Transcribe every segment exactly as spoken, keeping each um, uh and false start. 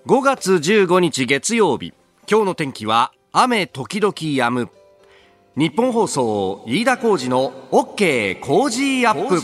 ごがつじゅうごにち月曜日、今日の天気は雨時々止む。日本放送飯田浩司の OK 工事アップ。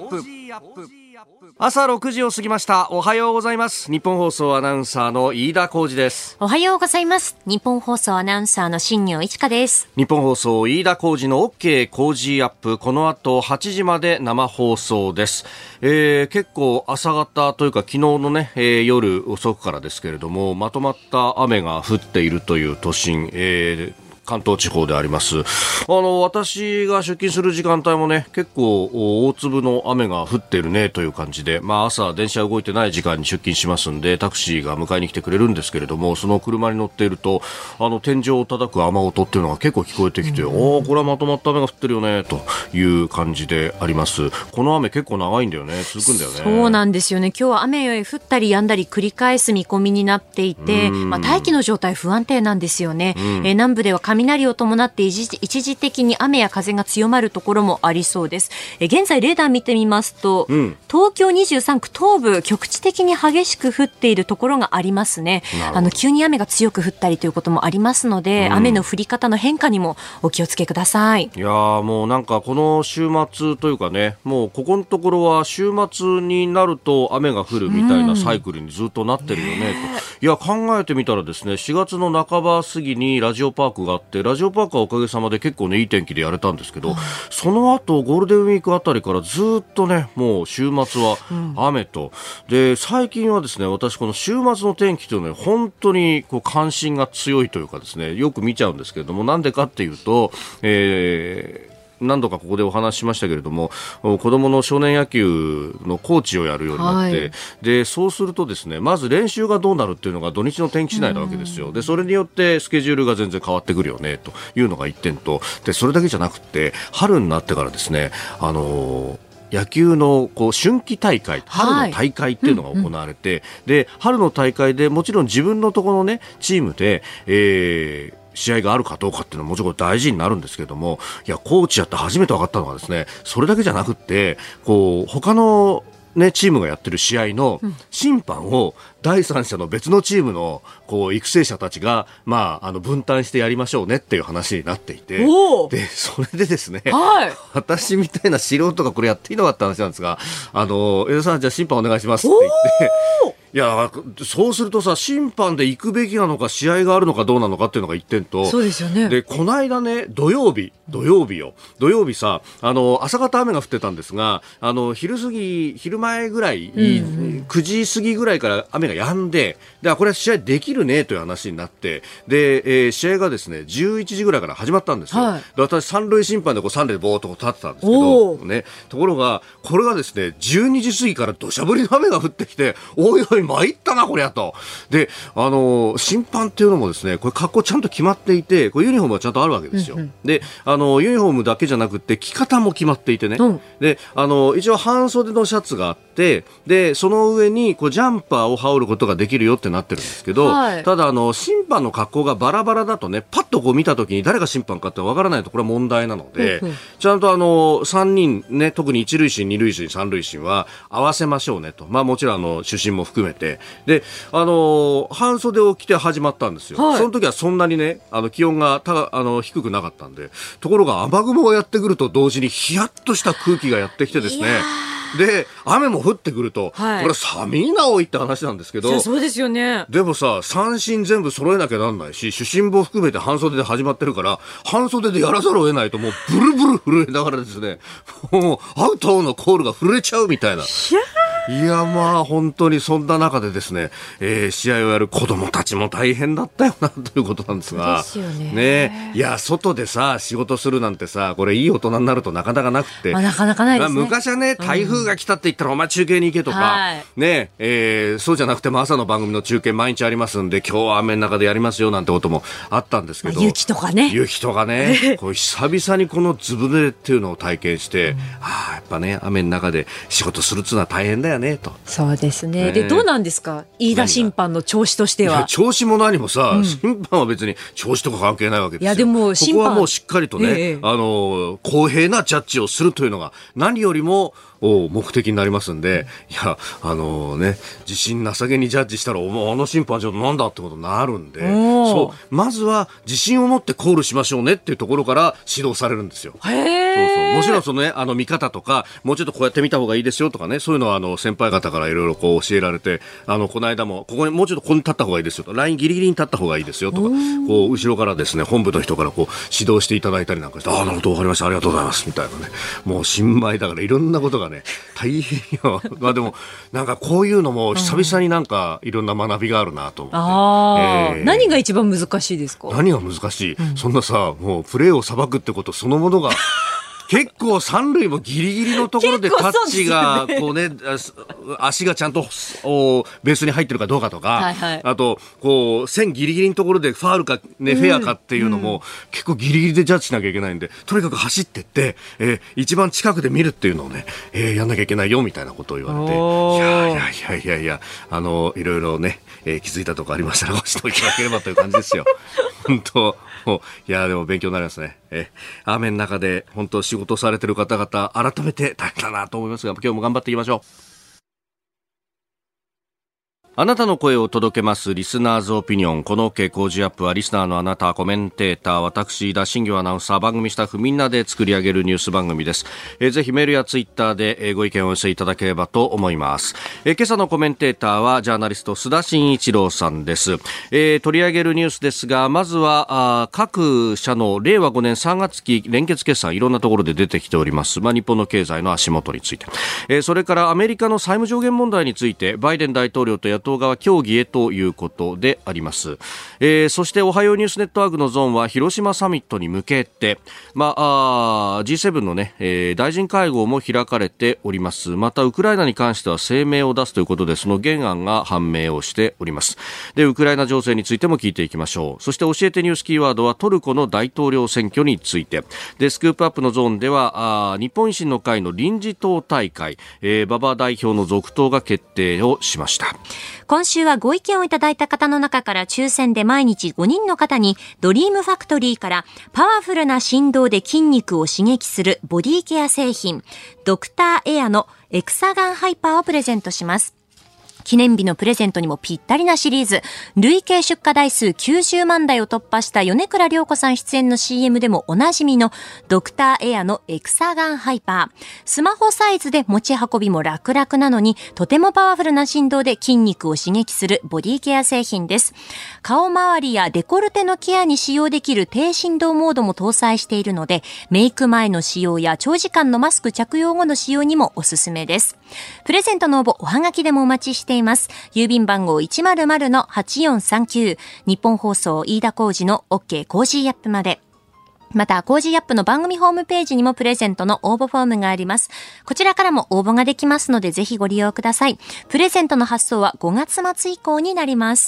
朝ろくじを過ぎました。おはようございます。日本放送アナウンサーの飯田浩司です。 おはようございます。日本放送アナウンサーの新業一華です。 日本放送飯田浩司の OK 工事アップ、この後はちじまで生放送です。えー、結構朝方というか昨日のね、えー、夜遅くからですけれども、まとまった雨が降っているという都心、えー関東地方であります。あの私が出勤する時間帯もね、結構大粒の雨が降っているねという感じで、まあ朝電車動いてない時間に出勤しますんで、タクシーが迎えに来てくれるんですけれども、その車に乗っていると、あの天井を叩く雨音っていうのが結構聞こえてきて、おー、これはまとまった雨が降ってるよねという感じであります。この雨結構長いんだよね、続くんだよね。 そうなんですよね。今日は雨降ったり止んだり繰り返す見込みになっていて、まあ、大気の状態不安定なんですよね。えー、南部では雷を伴って一時、一時的に雨や風が強まるところもありそうです。え現在レーダー見てみますと、うん、東京にじゅうさんく東部局地的に激しく降っているところがありますね。あの急に雨が強く降ったりということもありますので、うん、雨の降り方の変化にもお気をつけください。 いやー、もうなんかこの週末というかね、もうここのところは週末になると雨が降るみたいなサイクルにずっとなってるよね、うん、と。いや、考えてみたらですね、しがつの半ば過ぎにラジオパークがあって、ラジオパークはおかげさまで結構ねいい天気でやれたんですけど、はい、その後ゴールデンウィークあたりからずっとね、もう週末は雨と、うん、で最近はですね、私この週末の天気というのは本当にこう関心が強いというかですね、よく見ちゃうんですけれども、なんでかっていうと、えー何度かここでお話ししましたけれども、子供の少年野球のコーチをやるようになって、はい、でそうするとですね、まず練習がどうなるっていうのが土日の天気次第なわけですよ。でそれによってスケジュールが全然変わってくるよねというのが一点と、でそれだけじゃなくて、春になってからですね、あのー野球のこう春季大会、春の大会っていうのが行われて、はいうんうん、で春の大会でもちろん自分のところのねチームで、えー試合があるかどうかっていうのはもちろん大事になるんですけども、いやコーチやって初めて分かったのがですね、それだけじゃなくって、こう他のねチームがやってる試合の審判を第三者の別のチームのこう育成者たちが、まあ、あの分担してやりましょうねっていう話になっていて、でそれでですね、はい、私みたいな素人がこれやっていいのかって話なんですが、あの江田さん、じゃあ審判お願いしますって言って、いやそうするとさ、審判で行くべきなのか試合があるのかどうなのかっていうのが一点と、 そうですよね。 でこの間ね、土曜日土曜日よ土曜日さ、あの朝方雨が降ってたんですが、あの昼過ぎ昼前ぐらい、うんうん、くじ過ぎぐらいから雨が止んで、でこれは試合できるねという話になって、で、えー、試合がですねじゅういちじぐらいから始まったんですよ。はい、で私三塁審判でこう三塁でボーっとこう立ってたんですけど、ね、ところがこれがですねじゅうにじ過ぎから土砂降りの雨が降ってきて、おいおい参ったなこりゃと。であの審判っていうのもですね、これ格好ちゃんと決まっていて、これユニフォームはちゃんとあるわけですよ。うんうん、であのユニフォームだけじゃなくて着方も決まっていてね、うん、であの一応半袖のシャツがあって、でその上にこうジャンパーを羽織ることができるよってなってるんですけど、はい、ただあの審判の格好がバラバラだとね、パッとこう見た時に誰が審判かってわからないとこれは問題なので、うんうん、ちゃんとあのさんにんね、特に一塁審二塁審三塁審は合わせましょうねと、まあもちろんあの主審も含めて、であの半袖を着て始まったんですよ。はい、その時はそんなにね、あの気温がたあの低くなかったんで、ところが雨雲がやってくると同時にヒヤッとした空気がやってきてですね、で雨も降ってくると、はい、これ寒いなおいって話なんですけど、 そうですよね。 でもさ、三振全部揃えなきゃなんないし、主審も含めて半袖で始まってるから、半袖でやらざるを得ないと、もうブルブル震えながらですね、もうアウトのコールが震えちゃうみたいな。いやまあ本当にそんな中でですね、えー、試合をやる子供たちも大変だったよなということなんですが、 そうですよね。 ね、いや外でさ仕事するなんてさ、これいい大人になるとなかなかなくて、 まあ、なかなかないですね。 まあ、昔はね、台風が来たって言ったら、うん、お前中継に行けとか、はい、ねえー、そうじゃなくても朝の番組の中継毎日ありますんで、今日は雨の中でやりますよなんてこともあったんですけど、 まあ、雪とかね雪とかねこう久々にこのずぶ濡れっていうのを体験して、うん、ああやっぱね雨の中で仕事するっていうのは大変だよやねと。 そうですね。 ねでどうなんですか、飯田審判の調子としては。 調子も何もさ、 うん、 審判は別に調子とか関係ないわけですよ。 いやでも審判ここはもうしっかりとね、ええ、あの公平なジャッジをするというのが何よりも目的になりますんで、いやあのね、自信なさげにジャッジしたら、おあの審判ちょっとなんだってことになるんで、そうまずは自信を持ってコールしましょうねっていうところから指導されるんですよ。 へそうそう、もちろんそのね、あの見方とか、もうちょっとこうやって見た方がいいですよとかね、そういうのはあの先輩方からいろいろこう教えられて、あのこの間もここにもうちょっとここに立った方がいいですよと、ラインギリギリに立った方がいいですよとか、こう後ろからですね、本部の人からこう指導していただいたりなんかして、ああなるほどわかりました、ありがとうございますみたいなね、もう新米だからいろんなことがね大変よ。まあでもなんかこういうのも久々になんかいろんな学びがあるなと思って、 あ、えー、何が一番難しいですか？ 何が難しい、うん、そんなさ、もうプレーをさばくってことそのものが結構三塁もギリギリのところでタッチがこうね、足がちゃんとベースに入ってるかどうかとか、はいはい、あとこう線ギリギリのところでファールか、ね、フェアかっていうのも、うん、結構ギリギリでジャッジしなきゃいけないんで、とにかく走ってって、えー、一番近くで見るっていうのをね、えー、やんなきゃいけないよみたいなことを言われて、いやいやいやいやいや、あのいろいろね、えー、気づいたとこありましたらご指導いただければという感じですよ。本当いやでも勉強になりますね。え雨の中で本当仕事されてる方々改めて大変だなと思いますが、今日も頑張っていきましょう。あなたの声を届けますリスナーズオピニオン。この OK 工事アップはリスナーのあなた、コメンテーター、私田新業アナウンサー、番組スタッフみんなで作り上げるニュース番組です。えー、ぜひメールやツイッターで、えー、ご意見をお寄せいただければと思います。えー、今朝のコメンテーターはジャーナリスト須田慎一郎さんです。えー、取り上げるニュースですが、まずはあ各社のれいわごねんさんがつ期連結決算、いろんなところで出てきております。まあ、日本の経済の足元について、えー、それからアメリカの債務上限問題についてバイデン大統領と野党側協議へということであります。えー、そしておはようニュースネットワークのゾーンは広島サミットに向けて、まあ、あ ジーセブン の、ねえー、大臣会合も開かれております。またウクライナに関しては声明を出すということで、その原案が判明をしております。でウクライナ情勢についても聞いていきましょう。そして教えてニュースキーワードはトルコの大統領選挙についてで、スクープアップのゾーンではあ日本維新の会の臨時党大会、えー、馬場代表の続投が決定をしました。 今週はご意見をいただいた方の中から抽選で毎日ごにんの方にドリームファクトリーからパワフルな振動で筋肉を刺激するボディケア製品ドクターエアのエクサガンハイパーをプレゼントします。記念日のプレゼントにもぴったりなシリーズ、累計出荷台数きゅうじゅうまんだいを突破した米倉涼子さん出演の シーエム でもおなじみのドクターエアのエクサガンハイパー。スマホサイズで持ち運びも楽々なのに、とてもパワフルな振動で筋肉を刺激するボディケア製品です。顔周りやデコルテのケアに使用できる低振動モードも搭載しているので、メイク前の使用や長時間のマスク着用後の使用にもおすすめです。プレゼントの応募、おはがきでもお待ちしています。郵便番号 いちまるまるのはちよんさんきゅう、日本放送飯田浩司の OK コージーアップまで。また、コージーアップの番組ホームページにもプレゼントの応募フォームがあります。こちらからも応募ができますので、ぜひご利用ください。プレゼントの発送はごがつ末以降になります。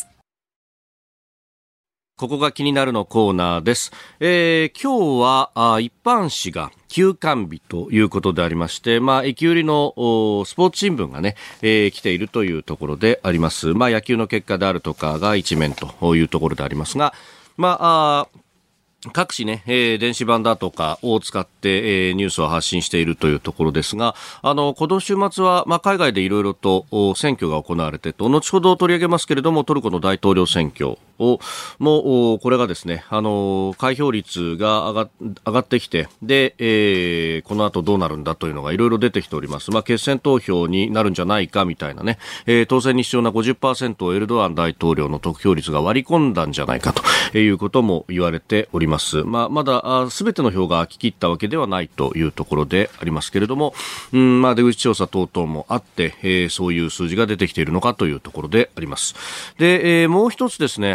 ここが気になるのコーナーです。えー、今日はあ一般紙が休刊日ということでありまして、まあ、駅売りのスポーツ新聞がね、えー、来ているというところであります。まあ、野球の結果であるとかが一面というところでありますが、まあ、あ各紙ね、えー、電子版だとかを使って、えー、ニュースを発信しているというところですが、あの、この週末は、まあ、海外でいろいろと選挙が行われてと、後ほど取り上げますけれども、トルコの大統領選挙を、もう、これがですね、あの、開票率が上が、上がってきて、で、えー、この後どうなるんだというのがいろいろ出てきております。まあ、決選投票になるんじゃないかみたいなね、えー、当選に必要な ごじゅっパーセント をエルドアン大統領の得票率が割り込んだんじゃないかということも言われております。まあ、まだすべての票が空き切ったわけではないというところでありますけれども、うんまあ、出口調査等々もあって、えー、そういう数字が出てきているのかというところであります。で、えー、もう一つですね、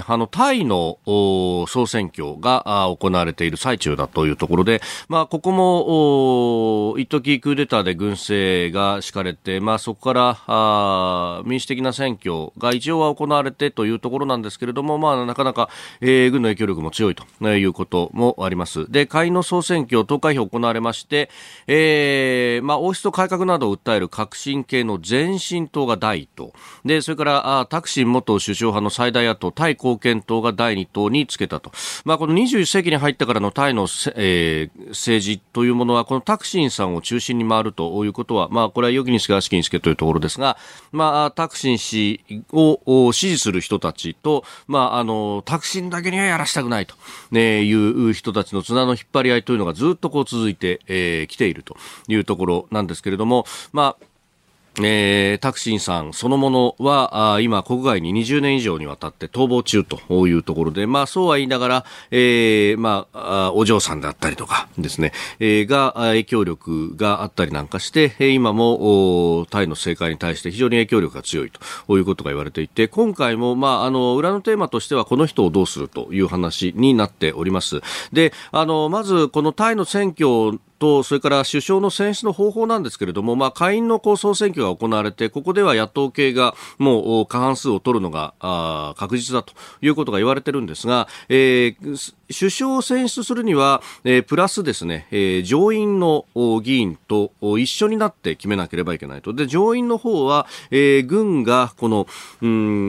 あのタイの総選挙が行われている最中だというところで、まあ、ここも一時クーデターで軍政が敷かれて、まあ、そこからあ民主的な選挙が一応は行われてというところなんですけれども、まあ、なかなか、えー、軍の影響力も強いということもあります。で、下院の総選挙投開票行われまして、えーまあ、王室改革などを訴える革新系の前進党がだいいっとうで、それからあタクシン元首相派の最大野党タイ貢献党がだいに党につけたと。まあ、このにじゅういっ世紀に入ってからのタイの、えー、政治というものはこのタクシンさんを中心に回るということは、まあ、これは良きにしか悪しきにしけというところですが、まあ、タクシン氏を支持する人たちと、まあ、あのタクシンだけにはやらしたくないと、ね、いう人たちの綱の引っ張り合いというのがずっとこう続いてき、えー、ているというところなんですけれども、まあえー、タクシンさんそのものはあ今国外ににじゅうねん以上にわたって逃亡中というところで、まあそうは言いながら、えー、まあお嬢さんだったりとかですね、えー、が影響力があったりなんかして、今もタイの政界に対して非常に影響力が強いということが言われていて、今回もまああの裏のテーマとしてはこの人をどうするという話になっております。で、あのまずこのタイの選挙とそれから首相の選出の方法なんですけれども、まあ、下院の総選挙が行われて、ここでは野党系がもう過半数を取るのがあ確実だということが言われてるんですが、えー、首相を選出するには、えー、プラスですね、えー、上院の議員と一緒になって決めなければいけないと。で、上院の方は、えー、軍がこの、うん、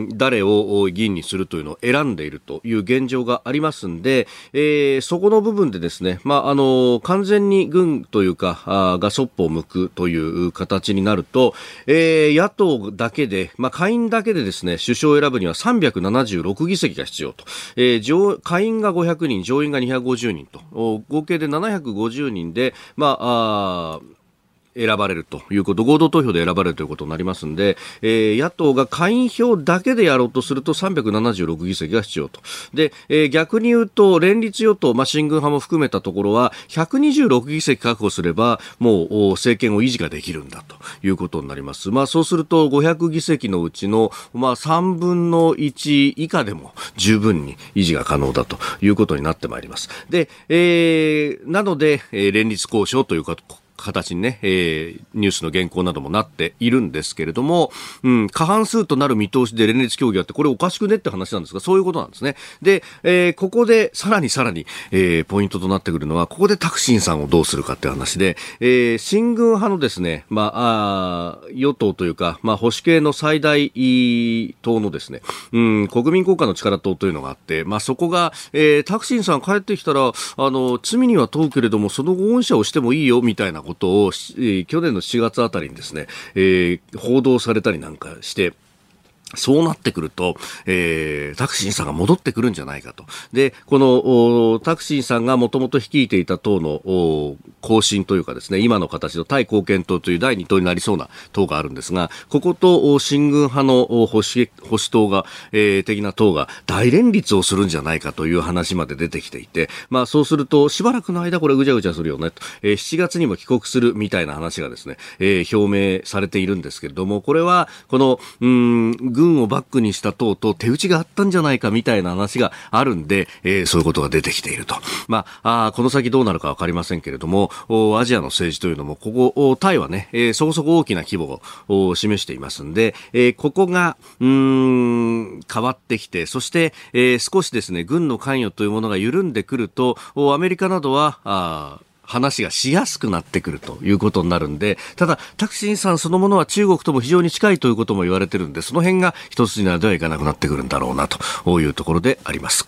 誰を議員にするというのを選んでいるという現状がありますんで、えー、そこの部分でですね、まあ、あの完全に軍軍というかあがそっぽを向くという形になると、えー、野党だけで、まあ、下院だけでですね首相を選ぶにはさんびゃくななじゅうろくぎせきが必要と、えー、上下院がごひゃくにん上院がにひゃくごじゅうにんと合計でななひゃくごじゅうにんで、まあ、あ選ばれるということ、合同投票で選ばれるということになりますので、えー、野党が下院票だけでやろうとするとさんびゃくななじゅうろくぎせきが必要と。で、えー、逆に言うと連立与党、まあ、親軍派も含めたところはひゃくにじゅうろくぎせき確保すればもう政権を維持ができるんだということになります。まあ、そうするとごひゃくぎせきのうちの、まあ、さんぶんのいち以下でも十分に維持が可能だということになってまいります。で、えー、なので、えー、連立交渉というか形にね、えー、ニュースの原稿などもなっているんですけれども、うん、過半数となる見通しで連立協議があって、これおかしくねって話なんですが、そういうことなんですね。で、えー、ここでさらにさらに、えー、ポイントとなってくるのは、ここでタクシンさんをどうするかっていう話で、えー、親軍派のですね、まあ、あ与党というか、まあ、保守系の最大党のですね、うん、国民国家の力党というのがあって、まあ、そこが、えー、タクシンさん帰ってきたら、あの、罪には問うけれども、その後恩赦をしてもいいよ、みたいなことを、えー、去年のしがつあたりにですね、えー、報道されたりなんかして、そうなってくると、えー、タクシンさんが戻ってくるんじゃないかと。で、このタクシンさんがもともと率いていた党の後進というかですね、今の形のタイ貢献党というだいに党になりそうな党があるんですが、ここと親軍派の保守、保守党が、えー、的な党が大連立をするんじゃないかという話まで出てきていて、まあそうするとしばらくの間これぐちゃぐちゃするよねと、えー、しちがつにも帰国するみたいな話がですね、えー、表明されているんですけれども、これはこのうーん軍をバックにした党と手打ちがあったんじゃないかみたいな話があるんで、えー、そういうことが出てきていると。まあ、あこの先どうなるかわかりませんけれども、アジアの政治というのもここタイはね、えー、そこそこ大きな規模を示していますんで、えー、ここがうーん変わってきて、そして、えー、少しですね軍の関与というものが緩んでくると、アメリカなどはあ話がしやすくなってくるということになるんで、ただタクシンさんそのものは中国とも非常に近いということも言われてるんで、その辺が一つになではいかなくなってくるんだろうなというところであります。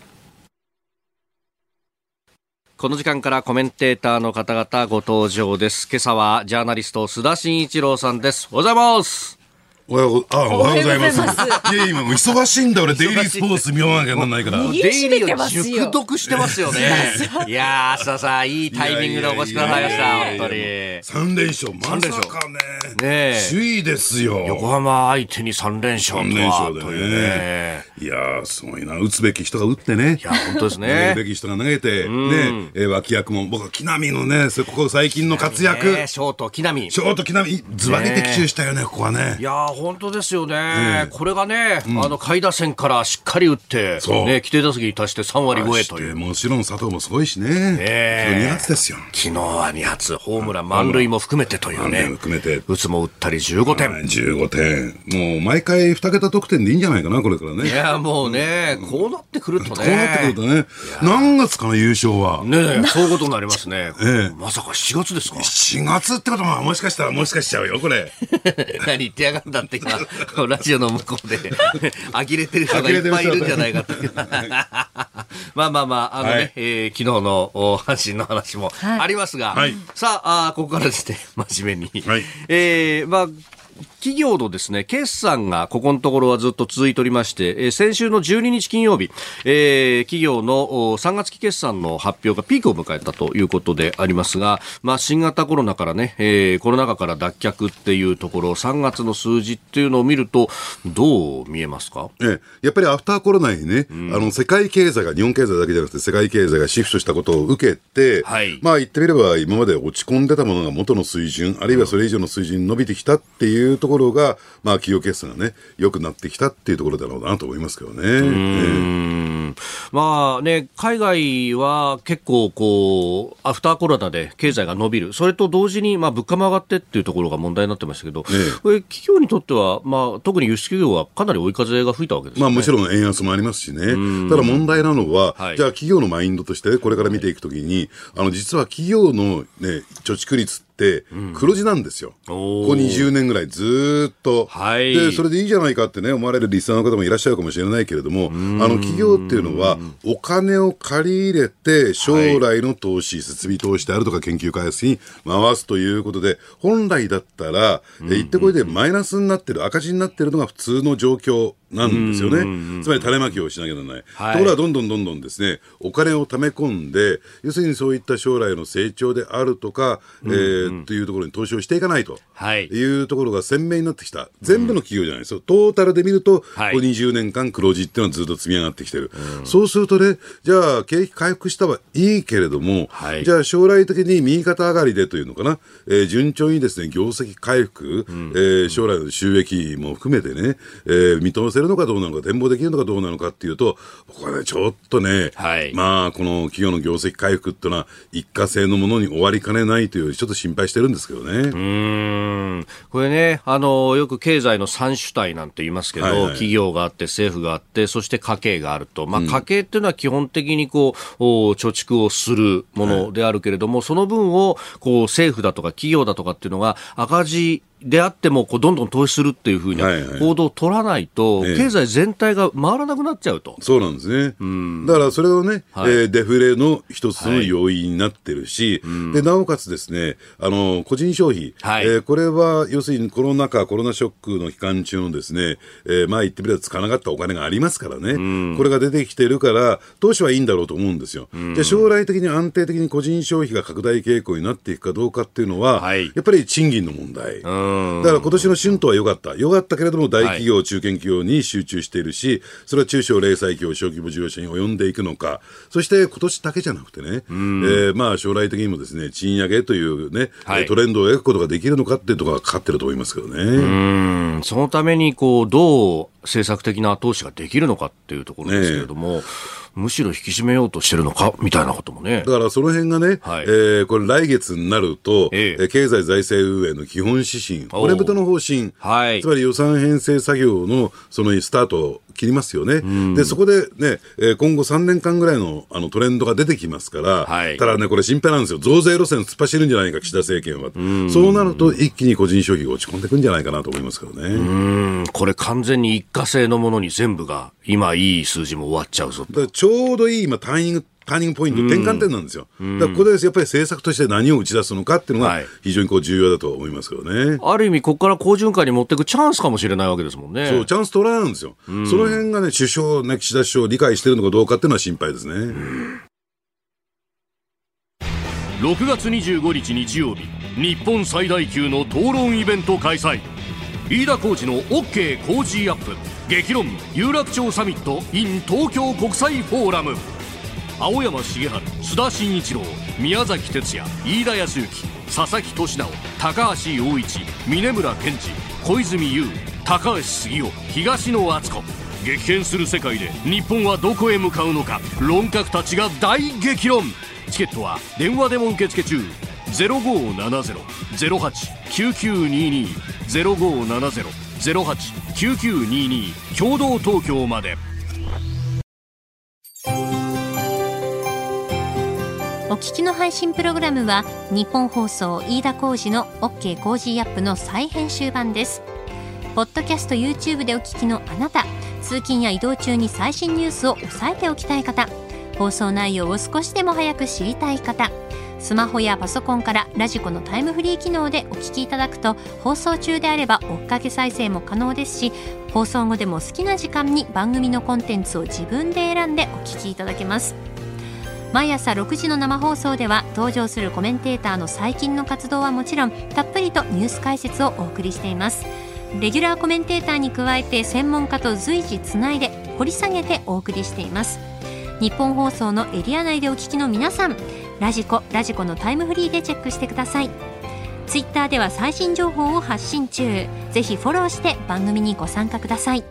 この時間からコメンテーターの方々ご登場です。今朝はジャーナリスト須田慎一郎さんです。おはようございます。 おはよう、あ、おはようございます。いや、今もう忙しいんだ俺、デイリースポーツ見ようなきゃなんないから。 デイリーを熟読してますよね。いやー、須田さん、いいタイミングでお越しくださいました、本当に。 さんれんしょう、まさかね。ね首位ですよ。 横浜相手にさんれんしょうとは。さんれんしょうでね。 いやー、すごいな。打つべき人が打ってね。 いや、本当ですね。 投げるべき人が投げて、ね、え脇役も、僕は木浪のね、ここ最近の活躍。 ショート、木浪。 ショート、木浪、ずばげて奇襲したよね、ここはね。 いやー、 本当ですよね、 えこれがね、うん、あの下位打線からしっかり打って、ね、規定打席に達してさんわり超えという。 もちろん佐藤もすごいしね、 えー、 に発ですよ。 昨日はに発、ホームラン満塁も含めてというね、 含めて打つも打ったりじゅうごてん、 じゅうごてん、もう毎回に桁得点でいいんじゃないかなこれからね。 いやもうね、うん、こうなってくるとね、 こうなってくるとね、何月かの優勝はね、そういうことになりますね、えー、まさかしちがつですか。 しがつってことももしかしたらもしかしちゃうよこれ何言ってやがんだって今ラジオの向こうで呆れてる人がいっぱいいるんじゃないかってまあまあまああのね、はい、えー、昨日の阪神の話もありますが、はい、さあ、あここからですね真面目に、はい、えー、まあ企業のですね決算がここのところはずっと続いておりまして、えー、先週のじゅうににち金曜日、えー、企業のさんがつ期決算の発表がピークを迎えたということでありますが、まあ、新型コロナからね、えー、コロナ禍から脱却っていうところさんがつの数字っていうのを見るとどう見えますか。 ええ、やっぱりアフターコロナにね、うん、あの世界経済が日本経済だけじゃなくて世界経済がシフトしたことを受けて、はい、まあ言ってみれば今まで落ち込んでたものが元の水準あるいはそれ以上の水準に伸びてきたっていうところが、まあ、企業決算がね良くなってきたっていうところだろうなと思いますけどね。うーん、 えー、まあね、海外は結構こうアフターコロナで経済が伸びる、それと同時にまあ物価も上がってっていうところが問題になってましたけど、えー、これ企業にとっては、まあ、特に輸出企業はかなり追い風が吹いたわけですね。 まあ、もちろん円安もありますしね。ただ問題なのは、はい、じゃあ企業のマインドとしてこれから見ていくときに、あの実は企業の、ね、貯蓄率って黒字なんですよ、うん、ここにじゅうねんぐらいずっと、はい、でそれでいいじゃないかってね思われるリスナーの方もいらっしゃるかもしれないけれども、あの企業っていうのはお金を借り入れて将来の投資、はい、設備投資であるとか研究開発に回すということで、本来だったら行ってこいでマイナスになってる赤字になってるのが普通の状況なんですよね。つまり種まきをしなきゃならない、はい、ところがどんどんどんどんですねお金を貯め込んで、要するにそういった将来の成長であるとか、うんうん、えー、というところに投資をしていかないと、はい、いうところが鮮明になってきた。全部の企業じゃないですよ、トータルで見ると、はい、ここにじゅうねんかん黒字っていうのはずっと積み上がってきてる、うん、そうするとね、じゃあ景気回復したはいいけれども、はい、じゃあ将来的に右肩上がりでというのかな、えー、順調にですね業績回復、うん、えー、将来の収益も含めてね、えー、見通せるのかどうなのか、展望できるのかどうなのかっていうと、ここはねちょっとね、はい、まあこの企業の業績回復っていうのは一過性のものに終わりかねないというちょっと心配してるんですけどね。うーん、これね、あのよく経済の三主体なんて言いますけど、はいはい、企業があって政府があってそして家計があると、まあ、家計っていうのは基本的にこう、うん、貯蓄をするものであるけれども、はい、その分をこう政府だとか企業だとかっていうのが赤字であってもこうどんどん投資するっていうふうに行動を取らないと、はいはい、経済全体が回らなくなっちゃうと、 ええ、そうなんですね。うん、だからそれをね、はい、えー、デフレの一つの要因になってるし、はい、でなおかつですね、あの個人消費、はい、えー、これは要するにコロナ禍コロナショックの期間中のですね、えー、まあ言ってみればつかなかったお金がありますからね、うん、これが出てきてるから投資はいいんだろうと思うんですよ、うん、で将来的に安定的に個人消費が拡大傾向になっていくかどうかっていうのは、はい、やっぱり賃金の問題、うん、だから今年の春闘は良かった良かったけれども大企業、はい、中堅企業に集中しているし、それは中小零細企業小規模事業者に及んでいくのか、そして今年だけじゃなくてね、えー、まあ将来的にもですね賃上げというね、はい、トレンドを描くことができるのかっていうところがかかってると思いますけどね。うーん、そのためにこうどう政策的な投資ができるのかっていうところですけれども、ね、むしろ引き締めようとしてるのかみたいなこともね。 だからその辺がね、はい、えー、これ来月になると、ええ、経済財政運営の基本指針、骨太の方針、はい、つまり予算編成作業のそのスタートを切りますよね。でそこでね、えー、今後さんねんかんぐらいの、あのトレンドが出てきますから、はい、ただねこれ心配なんですよ。増税路線突っ走るんじゃないか岸田政権は。うそうなると一気に個人消費が落ち込んでいくんじゃないかなと思いますけどね。 うーん、これ完全に一過性のものに全部が今いい数字も終わっちゃうぞと。 だからちょうどいい今ターニングターニングポイント、転換点なんですよ。だからここでやっぱり政策として何を打ち出すのかっていうのが非常にこう重要だと思いますけどね。 ある意味ここから好循環に持っていくチャンスかもしれないわけですもんね。 そう、チャンス取らないんですよ。その辺がね首相ね岸田首相理解してるのかどうかっていうのは心配ですね。 ろくがつにじゅうごにち日曜日、日本最大級の討論イベント開催。飯田浩司の OK 工事アップ激論有楽町サミット in 東京国際フォーラム。青山茂春、須田慎一郎、宮崎哲也、飯田康之、佐々木俊直、高橋陽一、峯村健二、小泉悠、 高橋杉雄、東野篤子。激変する世界で日本はどこへ向かうのか、論客たちが大激論。チケットは電話でも受付中。 ゼロごーななゼロ ゼロはち きゅうきゅうにに ゼロごーななゼロ ゼロはち きゅうきゅうにに共同東京まで。 お聞きの配信プログラムは日本放送飯田浩司の OK コージーアップの再編集版です。ポッドキャスト YouTube でお聞きのあなた、通勤や移動中に最新ニュースを押さえておきたい方、放送内容を少しでも早く知りたい方、スマホやパソコンからラジコのタイムフリー機能でお聞きいただくと、放送中であれば追っかけ再生も可能ですし、放送後でも好きな時間に番組のコンテンツを自分で選んでお聞きいただけます。毎朝ろくじの生放送では登場するコメンテーターの最近の活動はもちろん、たっぷりとニュース解説をお送りしています。レギュラーコメンテーターに加えて専門家と随時つないで掘り下げてお送りしています。日本放送のエリア内でお聞きの皆さん、ラジコ、ラジコのタイムフリーでチェックしてください。ツイッターでは最新情報を発信中。ぜひフォローして番組にご参加ください。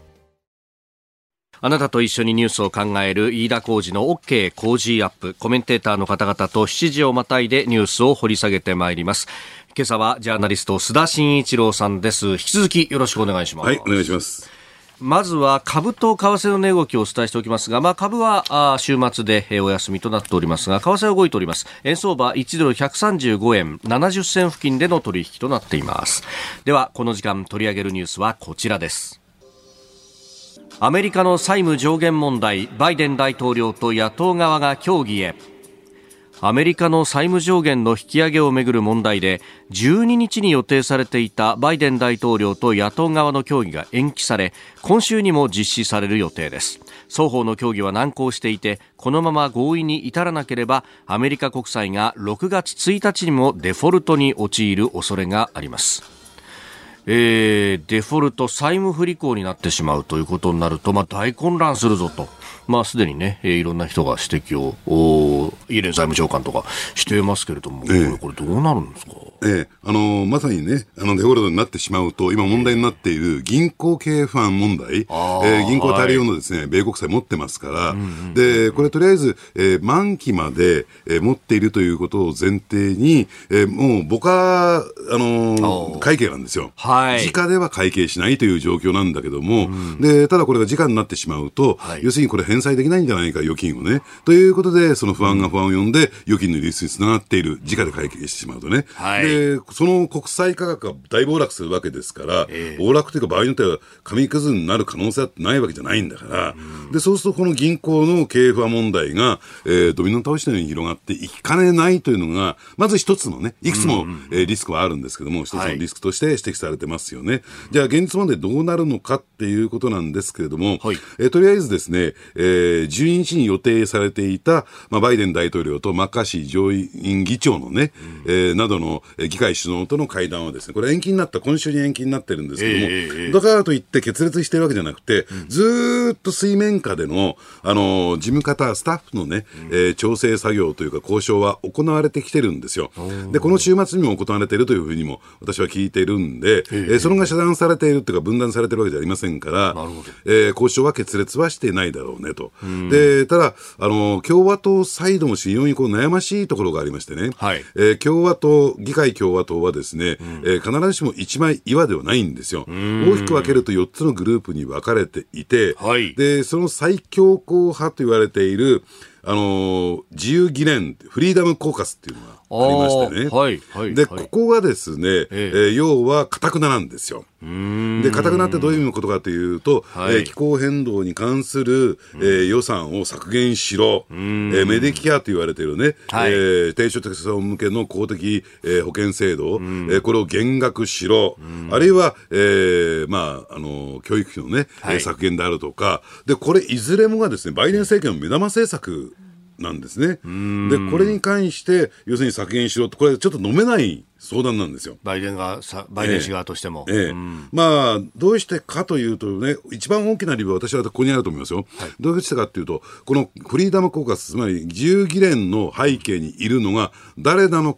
あなたと一緒にニュースを考える飯田浩司の OK コージーアップ。コメンテーターの方々としちじをまたいでニュースを掘り下げてまいります。今朝はジャーナリスト須田慎一郎さんです。引き続きよろしくお願いします。 はい、お願いします。 まずは株と為替の値動きをお伝えしておきますが、まあ、株はあ週末でお休みとなっておりますが、為替は動いております。円相場いちドルひゃくさんじゅうごえんななじゅっせん付近での取引となっています。ではこの時間取り上げるニュースはこちらです。アメリカの債務上限問題、バイデン大統領と野党側が協議へ。アメリカの債務上限の引き上げをめぐる問題でじゅうににちに予定されていたバイデン大統領と野党側の協議が延期され、今週にも実施される予定です。双方の協議は難航していて、このまま合意に至らなければアメリカ国債がろくがつついたちにもデフォルトに陥る恐れがあります。えー、デフォルト、債務不履行になってしまうということになると、まあ、大混乱するぞと、まあ、すでにね、えー、いろんな人が指摘をイエレン財務長官とかしていますけれども、えー、これ、これどうなるんですか。 ええ、あのー、まさにね、あのデフォルトになってしまうと、今問題になっている銀行経営不安問題、えー、銀行大量のですね、はい、米国債持ってますから、うんうん、で、これとりあえず、えー、満期まで、えー、持っているということを前提に、えー、もう僕は、あのー、会計なんですよ。はい。直では会計しないという状況なんだけども、うん、で、ただこれが直になってしまうと、はい、要するにこれ返済できないんじゃないか、預金をね。ということで、その不安が不安を呼んで、預金の利率につながっている、直で会計してしまうとね。はい。で、その国債価格が大暴落するわけですから、えー、暴落というか場合によっては紙くずになる可能性はないわけじゃないんだから、うん、でそうするとこの銀行の経営不安問題が、えー、ドミノ倒しのように広がっていきかねないというのがまず一つのね、いくつも、うんえー、リスクはあるんですけども、一つのリスクとして指摘されてますよね。はい、じゃあ現実問題どうなるのかっていうことなんですけれども、はいえー、とりあえずですね、えー、じゅうににちに予定されていた、まあ、バイデン大統領とマッカーシー上院議長のね、うんえー、などの議会首脳との会談はですね、これ延期になった、今週に延期になってるんですけども、えー、だからといって決裂してるわけじゃなくて、うん、ずーっと水面下での、あのー、事務方、スタッフのね、うんえー、調整作業というか交渉は行われてきてるんですよ。で、この週末にも行われているというふうにも私は聞いているんで、えーえー、それが遮断されているというか分断されているわけじゃありませんから、えー、交渉は決裂はしていないだろうねと。で、ただ、あのー、共和党サイドも非常にこう悩ましいところがありましてね、はいえー、共和党、議会共和党はですね、うんえー、必ずしも一枚岩ではないんですよ。大きく分けるとよっつのグループに分かれていて、はい、でその最強硬派と言われているあのー、自由議連フリーダムコーカスっていうのがありましてね、はいはい、で、はい、ここがですね、えええー、要は堅くななんですよ。で堅くなってどういうことかというと、はいえー、気候変動に関する、えー、予算を削減しろ、えー、メディケアと言われているね、はいえー、低所得者向けの公的、えー、保険制度、えー、これを減額しろ、あるいは、えーまあ、あの教育費の、ねはい、削減であるとかで、これいずれもがですねバイデン政権の目玉政策なんですね。でこれに関して要するに削減しろと、これちょっと飲めない相談なんですよ。 バイデンがバイデン氏側としても、 ええええまあ、どうしてかというとね、一番大きな理由は私はここにあると思いますよ、はい、どうしてかというと、このフリーダムコーカス、つまり自由議連の背景にいるのが誰なのかっ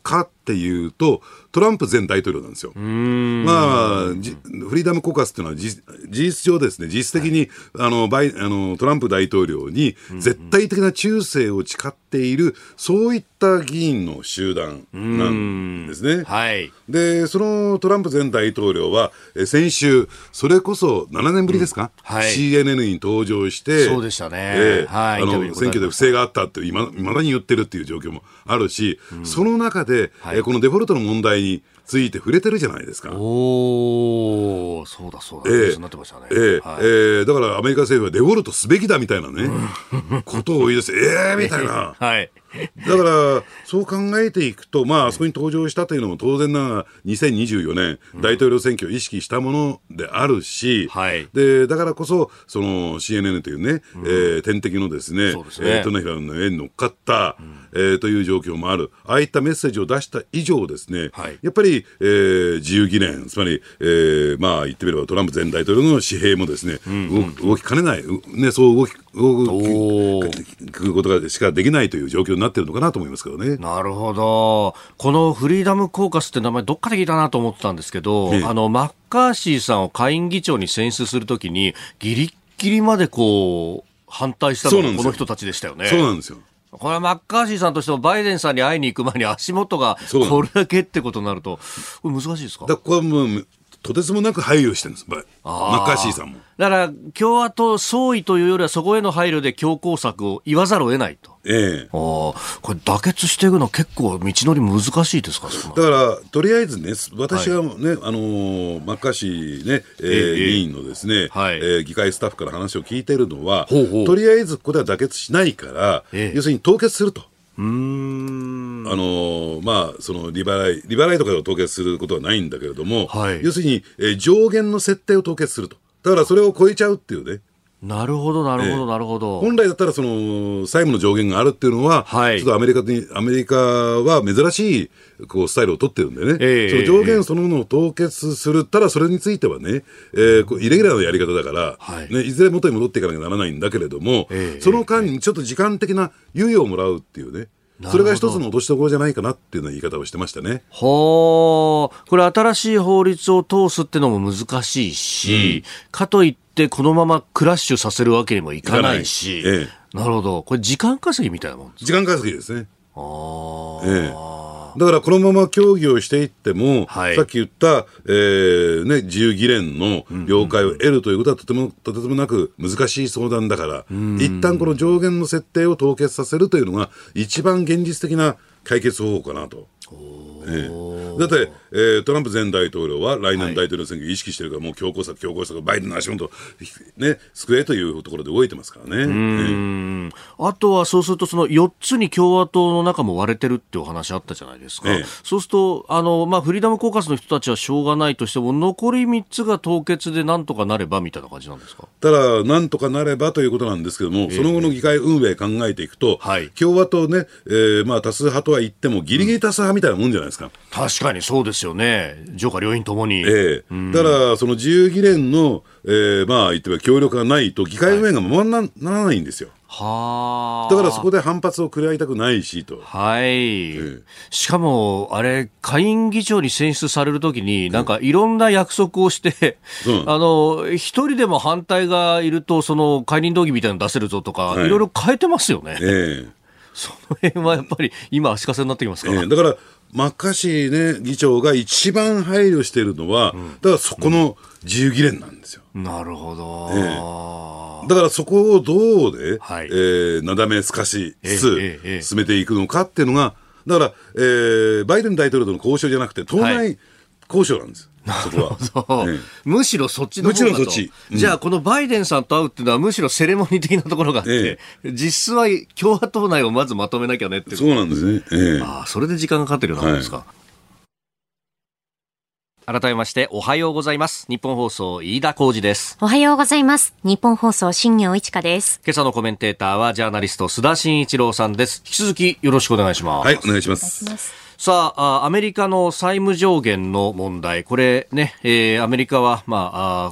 っていうとトランプ前大統領なんですよ。まあ、フリーダムコーカスっていうのは事実上ですね、実質的にあのバイあのトランプ大統領に絶対的な忠誠を誓っている、そういった議員の集団なんですね。 はい、 でそのトランプ前大統領はえ先週それこそななねんぶりですか、うんはい、シーエヌエヌ に登場してそうでしたね、 えーはい、あの選挙で不正があったっていまだに言ってるっていう状況もあるし、うん、その中で、はい、えー、このデフォルトの問題について触れてるじゃないですか。 おー、そうだそうだ、 えーなってましたね。 えーはい、えー、だからアメリカ政府はデフォルトすべきだみたいなねことを言い出して、えーみたいな、 はい、 だからそう考えていくと、まあ、あそこに登場したというのも当然ながらにせんにじゅうよねん、うん、大統領選挙を意識したものであるし、はい、でだからこそその シーエヌエヌ というね、うん、えー、天敵のですね、そうですね、えー、手のひらの上に乗っかった、うん、えー、という状況もある。ああいったメッセージを出した以上ですね、はい、やっぱり、えー、自由議連、つまり、えー、まあ言ってみればトランプ前大統領の私兵もですね、うんうんうん、動, 動きかねない、ね、そう動き動くことがしかできないという状況になっているのかなと思いますけどね。 なるほど。このフリーダムコーカスって名前どっかで聞いたなと思ってたんですけど、ね、あのマッカーシーさんを下院議長に選出するときにギリッギリまでこう反対したのがこの人たちでしたよね。 そうなんですよ。 これはマッカーシーさんとしてもバイデンさんに会いに行く前に足元がこれだけってことになるとこれ難しいですか。 だからこれはもうとてつもなく配慮してるんです、マッカーシーさんも。 だから共和党総意というよりはそこへの配慮で強硬策を言わざるを得ないと。 ええ、 あこれ妥結していくの結構道のり難しいですか。 だからとりあえずね、私がね、はい、あのー、マッカーシー、ね、えーええ、議員のですね、はい、えー、議会スタッフから話を聞いているのは、ほうほう、とりあえずここでは妥結しないから、ええ、要するに凍結すると。 うーんあのーまあ、その利払い利払いとかを凍結することはないんだけれども、はい、要するに、えー、上限の設定を凍結すると。だからそれを超えちゃうっていうね。 なるほどなるほど、えー、なるほど。 本来だったらその債務の上限があるっていうのは、はい、ちょっとアメリカにアメリカは珍しいこうスタイルを取ってるんでね、えー、その上限そのものを凍結するったらそれについてはね、えー、こうイレギュラーなやり方だから、はいね、いずれ元に戻っていかなきゃならないんだけれども、えー、その間にちょっと時間的な猶予をもらうっていうね、それが一つの落としどころじゃないかなっていうような言い方をしてましたね。 はあ、これ新しい法律を通すってのも難しいし、うん、かといってこのままクラッシュさせるわけにもいかないし、ええ、なるほど。これ時間稼ぎみたいなもんですか。 時間稼ぎですね。 あ、 ええ、だからこのまま協議をしていっても、はい、さっき言った、えーね、自由議連の了解を得るということはとてもとてもなく難しい相談だから、うん、一旦この上限の設定を凍結させるというのが一番現実的な解決方法かなと。ええ、だって、えー、トランプ前大統領は来年大統領選挙を意識してるから、はい、もう強硬策強硬策バイデンの足元ね救えというところで動いてますからね。うーん、ええ、あとはそうするとそのよっつに共和党の中も割れてるってお話あったじゃないですか。ええ、そうするとあの、まあ、フリーダムコーカスの人たちはしょうがないとしても残りみっつが凍結でなんとかなればみたいな感じなんですか。 ただなんとかなればということなんですけども、ええ、その後の議会運営考えていくと、はい、共和党ね、えーまあ、多数派とは言ってもギリギリ多数派みたいなもんじゃないですか。うん、 確かにそうですよね。上下両院ともに、 ええ、だからその自由議連の、えー、まあ言ってみれば協力がないと議会運営がままならないんですよ。 はだからそこで反発を食らいたくないしと。 はい、ええ、しかもあれ下院議長に選出されるときになんかいろんな約束をして、うん、あの一人でも反対がいるとその解任動議みたいなの出せるぞとか、はい、いろいろ変えてますよね。 ええ、 その辺はやっぱり今足かせになってきますか。 ええ、だからマッカーシー、ね、議長が一番配慮しているのは、うん、だからそこの自由議連なんですよ。 うん、なるほど、 ええ、だからそこをどうで、はい、えー、なだめすかしつつ、ええええ、進めていくのかっていうのがだから、えー、バイデン大統領との交渉じゃなくて党内交渉なんです、はい、そこは、ええ、 むしろそっちの方だと。むしろそっち、うん、じゃあこのバイデンさんと会うっていうのはむしろセレモニー的なところがあって、ええ、実質は共和党内をまずまとめなきゃねっていう。 そうなんですね、ええ、 あ、それで時間がかかってるようなもんですか。はい、改めましておはようございます。日本放送飯田浩司です。 おはようございます。日本放送新業一華です。 今朝のコメンテーターはジャーナリスト須田慎一郎さんです。引き続きよろしくお願いします。 はい、お願いします。 さあ、アメリカの債務上限の問題、これね、えー、アメリカはまああ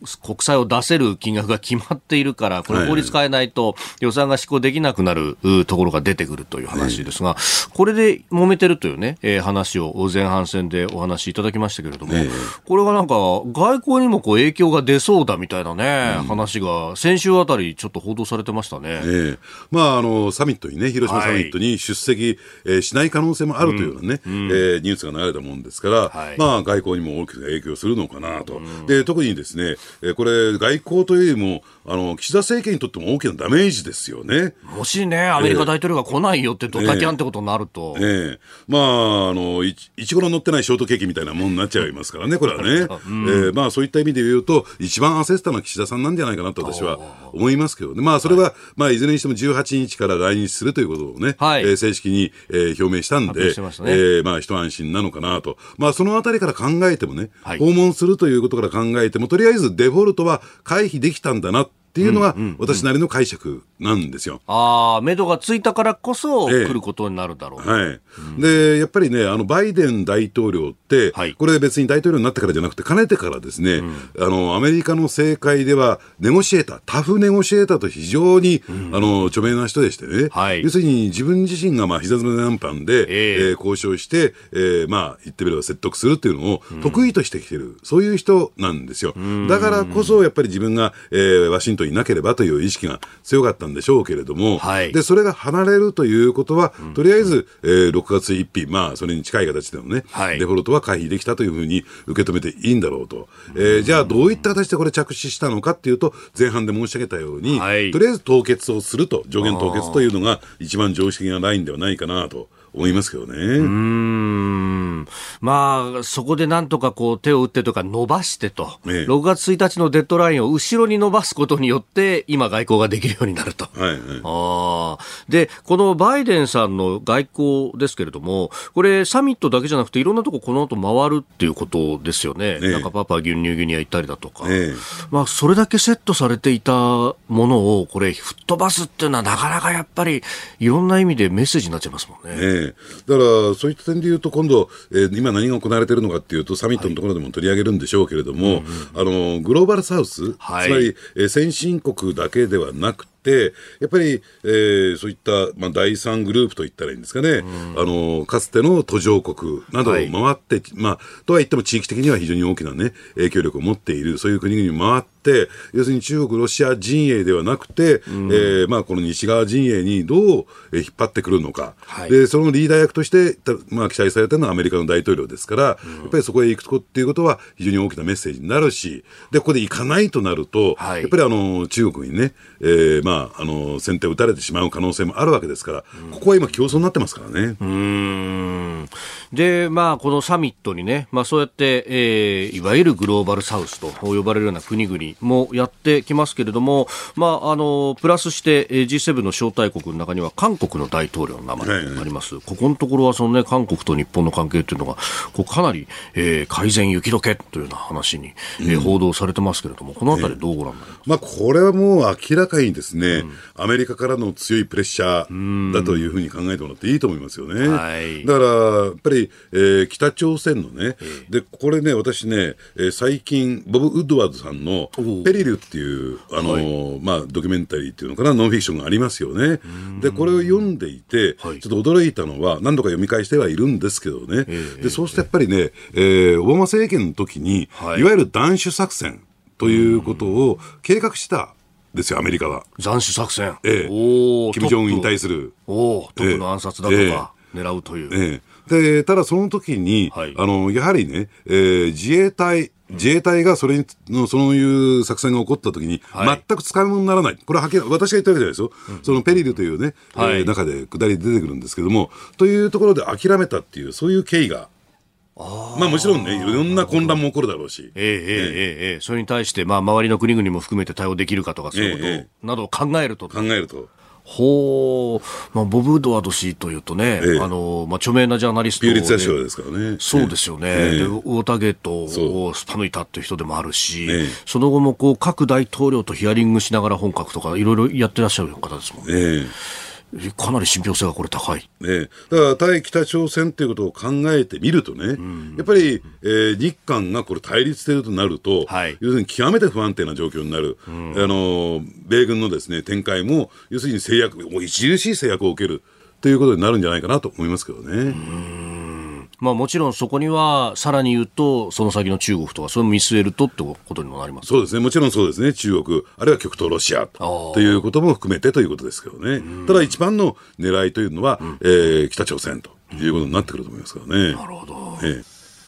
国債を出せる金額が決まっているから、これ法律変えないと予算が施行できなくなるところが出てくるという話ですが、これで揉めてるというね、えー、話を前半戦でお話しいただきましたけれども、これがなんか外交にもこう影響が出そうだみたいなね、うん、話が先週あたりちょっと報道されてましたね。 えー、まああのサミットにね、広島サミットに出席、はい、えー、しない可能性もあるというようなね、うん、えー、ニュースが流れたもんですから、はい、まあ外交にも大きな影響するのかなと。うん、で特にですね、えー、これ外交というよりもあの岸田政権にとっても大きなダメージですよね。 もしね、アメリカ大統領が来ないよってドタキャンってことになると、 えーえー、まああのいちごろ乗ってないショートケーキみたいなもんになっちゃいますからね、これはね、うん、えー、まあそういった意味で言うと一番焦ったのは岸田さんなんじゃないかなと私は思いますけどね。まあそれは、はい、まあいずれにしてもじゅうはちにちから来日するということをね、はい、えー、正式に、えー、表明したんで、ね、えー、まあ一安心なのかなと。まあそのあたりから考えてもね、はい、訪問するということから考えてもとりあえずデフォルトは回避できたんだなっていうのが私なりの解釈なんですよ。 うんうんうん、ああ、目処がついたからこそ来ることになるだろう、 ええ、はい、うん、でやっぱりね、あのバイデン大統領って、はい、これ別に大統領になってからじゃなくてかねてからですね、うん、あのアメリカの政界ではネゴシエーター、タフネゴシエーターと非常に、うん、あの著名な人でしてね、はい、要するに自分自身がまあ膝詰め難犯で、えーえー、交渉して、えー、まあ言ってみれば説得するっていうのを得意としてきてる、うん、そういう人なんですよ。だからこそやっぱり自分が、えー、ワシントンにいなければという意識が強かったんでしょうけれども、はい、でそれが離れるということは、うん、とりあえず、えー、ろくがつついたち、まあそれに近い形でのね、はい、デフォルトは回避できたというふうに受け止めていいんだろうと、えー、じゃあどういった形でこれ着手したのかっていうと、前半で申し上げたように、はい、とりあえず凍結をすると、上限凍結というのが一番常識的なラインではないかなと思いますけどね。うーん、まあそこでなんとかこう手を打ってとか伸ばしてと、ええ、ろくがつついたちのデッドラインを後ろに伸ばすことによって今外交ができるようになると、はいはい、あでこのバイデンさんの外交ですけれども、これサミットだけじゃなくていろんなとここの後回るっていうことですよね、ええ、なんかパパ牛乳ギニア行ったりだとか、ええ、まあ、それだけセットされていたものをこれ吹っ飛ばすっていうのはなかなかやっぱりいろんな意味でメッセージになっちゃいますもんね。ええ、 だからそういった点でいうと今度、えー、今何が行われているのかっていうとサミットのところでも取り上げるんでしょうけれども、はい、あのグローバルサウス、はい、つまり、えー、先進国だけではなくでやっぱり、えー、そういった、まあ、だいさんグループといったらいいんですかね、うん、あのかつての途上国などを回って、はい、まあ、とは言っても地域的には非常に大きな、ね、影響力を持っているそういう国々に回って要するに中国ロシア陣営ではなくて、うん、えーまあ、この西側陣営にどう引っ張ってくるのか、はい、でそのリーダー役として、まあ、期待されているのはアメリカの大統領ですから、うん、やっぱりそこへ行くっていうことは非常に大きなメッセージになるし、でここで行かないとなると、はい、やっぱりあの中国にね、えーまあ、あの先手を打たれてしまう可能性もあるわけですから、うん、ここは今競争になってますからね。 うーんで、まあ、このサミットにね、まあ、そうやって、えー、いわゆるグローバルサウスと呼ばれるような国々もやってきますけれども、まあ、あのプラスして ジーセブン の招待国の中には韓国の大統領の名前があります、はいはい、ここのところはその、ね、韓国と日本の関係というのがこうかなり、えー、改善雪解けというような話に、えー、報道されてますけれども、このあたりどうご覧になりますか。 えーまあ、これはもう明らかにですね、うん、アメリカからの強いプレッシャーだというふうに考えてもらっていいと思いますよね、はい、だからやっぱり、えー、北朝鮮のね、えー、でこれね私ね、えー、最近ボブ・ウッドワードさんのペリルっていうあの、はいまあ、ドキュメンタリーっていうのかな、ノンフィクションがありますよね。でこれを読んでいて、はい、ちょっと驚いたのは何度か読み返してはいるんですけどね、えー、でそうしてやっぱりね、えー、オバマ政権の時に、はい、いわゆる断種作戦ということを計画したですよ、アメリカは。 斬首作戦、 ええ、おキム・ジョンウンに対するおトップの暗殺だとか、ええ、狙うという、 ええ、でただその時に、はい、あのやはりね、えー、自衛隊自衛隊がそれのそういう作戦が起こったときに、はい、全く使い物にならない、これははっきり私が言ったわけじゃないですよ、うん、そのペリルというね、はいえー、中で下り出てくるんですけども、というところで諦めたっていうそういう経緯があまあもちろんねいろんな混乱も起こるだろうし、 えーえーえーえー、それに対して、まあ、周りの国々も含めて対応できるかとかそういうこと、えー、などを考えると考えるとほう、まあ、ボブ・ウッドワード氏というとね、ええあのまあ、著名なジャーナリストピューリッツァー賞ですからね。 そうですよね、ええ、でウォーターゲートをすっぱ抜いたっていう人でもあるし、ええ、その後もこう各大統領とヒアリングしながら本格とかいろいろやってらっしゃる方ですもんね、ええかなり信憑性がこれ高い、 ね、だから対北朝鮮ということを考えてみるとね、うん、やっぱり、えー、日韓がこれ対立しているとなると、はい、要するに極めて不安定な状況になる、うん、あの米軍のですね展開も要するに制約、もう著しい制約を受けるということになるんじゃないかなと思いますけどね。うーん、まあ、もちろんそこにはさらに言うとその先の中国とかそれも見据えるとってことにもなります。 そうですね、もちろんそうですね、中国あるいは極東ロシアということも含めてということですけどね。ただ一番の狙いというのは、うんえー、北朝鮮ということになってくると思いますからね。 なるほど、 ええ、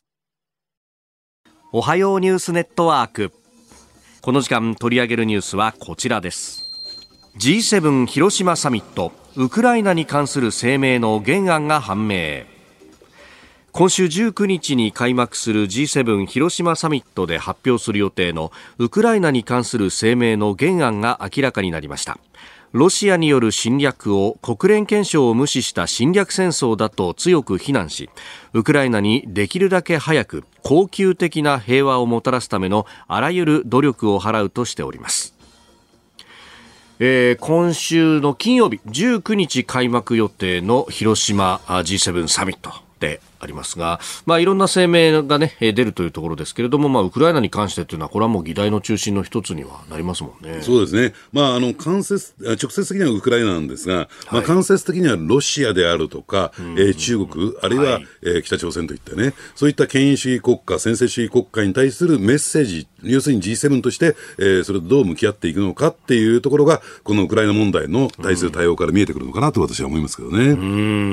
おはようニュースネットワーク、この時間取り上げるニュースはこちらです。 ジーセブン 広島サミット、ウクライナに関する声明の原案が判明。今週じゅうくにちに開幕する ジーセブン 広島サミットで発表する予定のウクライナに関する声明の原案が明らかになりました。ロシアによる侵略を国連憲章を無視した侵略戦争だと強く非難し、ウクライナにできるだけ早く恒久的な平和をもたらすためのあらゆる努力を払うとしております。えー、今週の金曜日じゅうくにち開幕予定の広島 ジーセブン サミットでありますが、まあ、いろんな声明が、ね、出るというところですけれども、まあ、ウクライナに関してというのはこれはもう議題の中心の一つにはなりますもんね。 そうですね、まあ、あの間接直接的にはウクライナなんですが、はい、まあ、間接的にはロシアであるとか、うんえー、中国あるいは、はいえー、北朝鮮といったね、そういった権威主義国家専制主義国家に対するメッセージ、要するに ジーセブン として、えー、それとどう向き合っていくのかっていうところがこのウクライナ問題の対する対応から見えてくるのかなと私は思いますけどね。 うん、